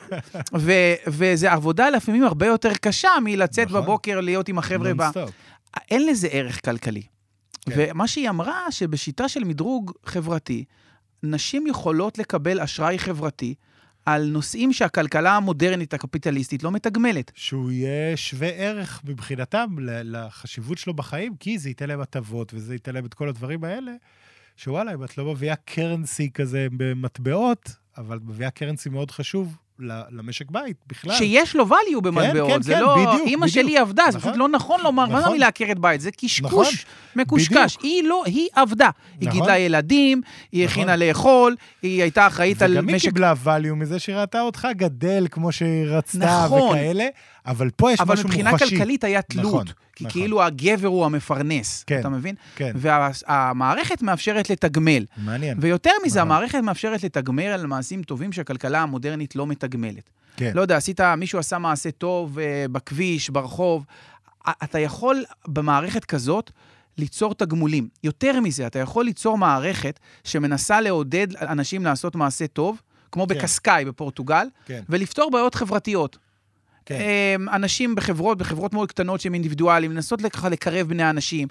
וזה עבודה לפעמים הרבה יותר קשה מלצאת בבוקר להיות עם החבר'ה בה. אין לזה ערך כלכלי. ומה שהיא אמרה, שבשיטה של מדרוג חברתי, נשים יכולות לקבל אשראי חברתי, על נושאים שהכלכלה המודרנית, הקפיטליסטית, לא מתגמלת. שהוא יהיה שווה ערך בבחינתם לחשיבות שלו בחיים, כי זה ייתן להם הטבות, וזה ייתן להם את כל הדברים האלה, שוואלה, אם את לא מביאה קרנסי כזה במטבעות, אבל מביאה קרנסי מאוד חשוב למשק בית, בכלל. שיש לו value במטבעות, כן, כן, זה כן, לא... בדיוק, אמא בדיוק. שלי עבדה, נכון. זה פשוט לא נכון לומר, נכון. מה זה מילה עקרת בית? זה קשקוש נכון. מקושקש. בדיוק. היא לא, היא עבדה. נכון. היא גידלה ילדים, היא נכון. הכינה לאכול, היא הייתה אחראית על משק... וגם היא קיבלה value מזה שראתה אותך גדל כמו שהיא רצתה נכון. וכאלה, אבל פה יש משהו מוחשי. אבל מבחינה כלכלית היה תלות. נכון. כי נכון. כאילו הגבר הוא המפרנס, כן, אתה מבין? כן. והמערכת מאפשרת לתגמל. מעניין. ויותר מזה, נכון. המערכת מאפשרת לתגמל על מעשים טובים שהכלכלה המודרנית לא מתגמלת. כן. לא יודע, עשית, מישהו עשה מעשה טוב uh, בכביש, ברחוב, אתה יכול במערכת כזאת ליצור תגמולים. יותר מזה, אתה יכול ליצור מערכת שמנסה לעודד אנשים לעשות מעשה טוב, כמו כן. בקסקאי בפורטוגל, כן. ולפתור בעיות חברתיות. כן. אנשים בחברות, בחברות מאוד קטנות שהם אינדיבידואליים, לנסות לכך לקרב בני האנשים,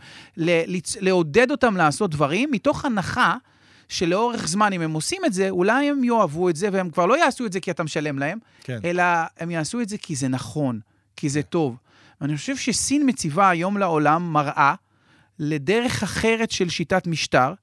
לעודד אותם לעשות דברים, מתוך הנחה שלאורך זמן, אם הם עושים את זה, אולי הם יאהבו את זה, והם כבר לא יעשו את זה כי אתה משלם להם, כן. אלא הם יעשו את זה כי זה נכון, כי זה טוב. ואני חושב שסין מציבה היום לעולם מראה לדרך אחרת של שיטת משטר,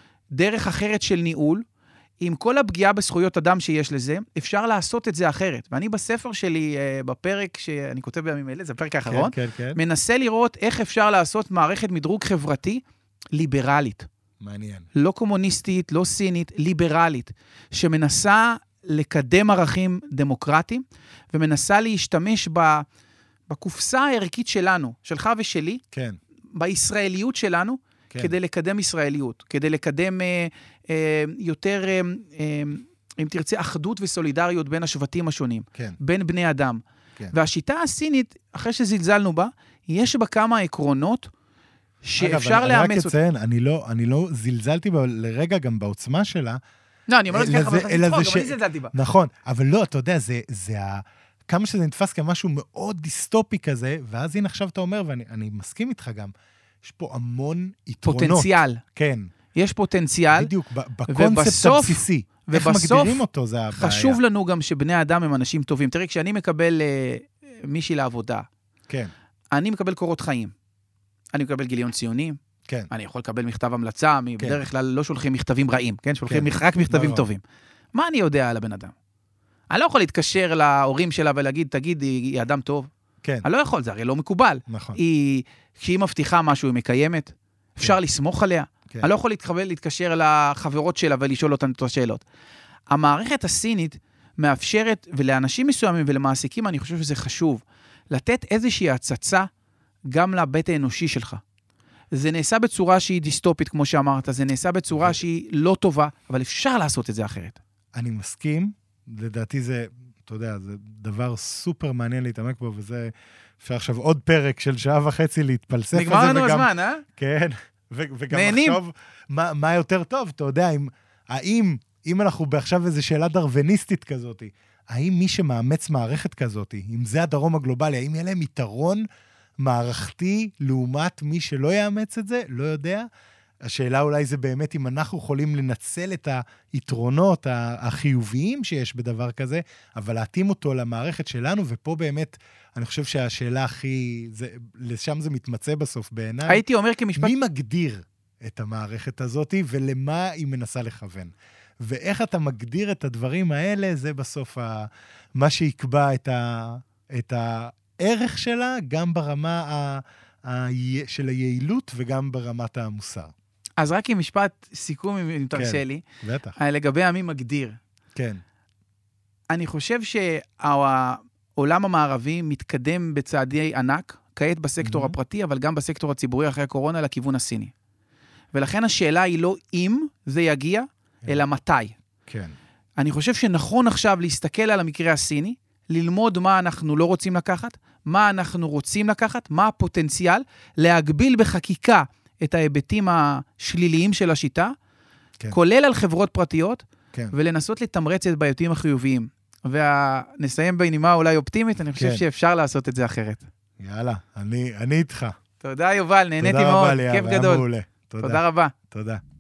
דרך אחרת של ניהול, עם כל הפגיעה בזכויות אדם שיש לזה, אפשר לעשות את זה אחרת. ואני בספר שלי, בפרק שאני כותב בימים אלה, זה הפרק האחרון, כן, כן, כן. מנסה לראות איך אפשר לעשות מערכת מדרוג חברתי ליברלית. מעניין. לא קומוניסטית, לא סינית, ליברלית, שמנסה לקדם ערכים דמוקרטיים, ומנסה להשתמש ב, בקופסה הערכית שלנו, שלך ושלי, כן. בישראליות שלנו, כן. כדי לקדם ישראליות, כדי לקדם אה, אה, יותר, אה, אה, אם תרצה, אחדות וסולידריות בין השבטים השונים, כן. בין בני אדם. כן. והשיטה הסינית, אחרי שזלזלנו בה, יש בה כמה עקרונות שאפשר לאמץ אותה. אני רק אציין, אני לא, אני לא זלזלתי בה לרגע גם בעוצמה שלה. לא, אני אומר את זה ככה, אבל גם אני זלזלתי בה. נכון, אבל לא, אתה יודע, זה, זה ה... כמה שזה נתפס כמשהו מאוד דיסטופי כזה, ואז הנה עכשיו אתה אומר, ואני מסכים איתך גם, יש פה המון יתרונות. פוטנציאל. כן. יש פוטנציאל. בדיוק, בקונספט הבסיסי. איך מגדירים אותו, זה הבעיה. חשוב לנו גם שבני אדם הם אנשים טובים. תראי, כשאני מקבל uh, מישהי לעבודה, כן. אני מקבל קורות חיים. אני מקבל גיליון ציונים. כן. אני יכול לקבל מכתב המלצה, כן. בדרך כלל לא שולחים מכתבים רעים, כן? שולחים כן. רק מכתבים טובים. מה אני יודע על הבן אדם? אני לא יכול להתקשר להורים שלה ולהגיד, תגיד, היא אדם טוב. כן. אני לא יכול, זה הרי לא מקובל. נכון. היא, כשהיא מבטיחה משהו, היא מקיימת. אפשר כן. לסמוך עליה. כן. אני לא יכול להתקבל, להתקשר לחברות שלה ולשאול אותן את השאלות. המערכת הסינית מאפשרת, ולאנשים מסוימים ולמעסיקים, אני חושב שזה חשוב, לתת איזושהי הצצה גם לבית האנושי שלך. זה נעשה בצורה שהיא דיסטופית, כמו שאמרת, זה נעשה בצורה שהיא לא טובה, אבל אפשר לעשות את זה אחרת. אני מסכים, לדעתי זה, אתה יודע, זה דבר סופר מעניין להתעמק בו, וזה, אפשר עכשיו עוד פרק של שעה וחצי להתפלסף על זה. נגמר לנו הזמן, אה? כן, ו- וגם לחשוב מה, מה יותר טוב, אתה יודע, אם, האם, אם אנחנו בעכשיו איזו שאלה דרווניסטית כזאת, האם מי שמאמץ מערכת כזאת, אם זה הדרום הגלובלי, האם יהיה להם יתרון מערכתי לעומת מי שלא יאמץ את זה? לא יודע. השאלה אולי זה באמת אם אנחנו יכולים לנצל את היתרונות החיוביים שיש בדבר כזה, אבל להתאים אותו למערכת שלנו, ופה באמת, אני חושב שהשאלה הכי, זה, לשם זה מתמצא בסוף בעיניי. הייתי אומר כמשפט... מי מגדיר את המערכת הזאת, ולמה היא מנסה לכוון? ואיך אתה מגדיר את הדברים האלה, זה בסוף ה, מה שיקבע את, ה, את הערך שלה, גם ברמה ה, ה, של היעילות, וגם ברמת המוסר. אז רק עם משפט סיכום, אם תרשה לי, בטח. לגבי המי מגדיר. כן. אני חושב שהעולם המערבי מתקדם בצעדי ענק, כעת בסקטור הפרטי, אבל גם בסקטור הציבורי אחרי הקורונה, לכיוון הסיני. ולכן השאלה היא לא אם זה יגיע, אלא מתי. כן. אני חושב שנכון עכשיו להסתכל על המקרה הסיני, ללמוד מה אנחנו לא רוצים לקחת, מה אנחנו רוצים לקחת, מה הפוטנציאל, להגביל בחקיקה את ההיבטים השליליים של השיטה, כן. כולל על חברות פרטיות, כן. ולנסות לתמרץ את בעייתים החיוביים. ונסיים בנימה אולי אופטימית, אני חושב כן. שאפשר לעשות את זה אחרת. יאללה, אני, אני איתך. תודה יובל, נהניתי מאוד, כיף גדול. מעולה. תודה. תודה רבה. תודה.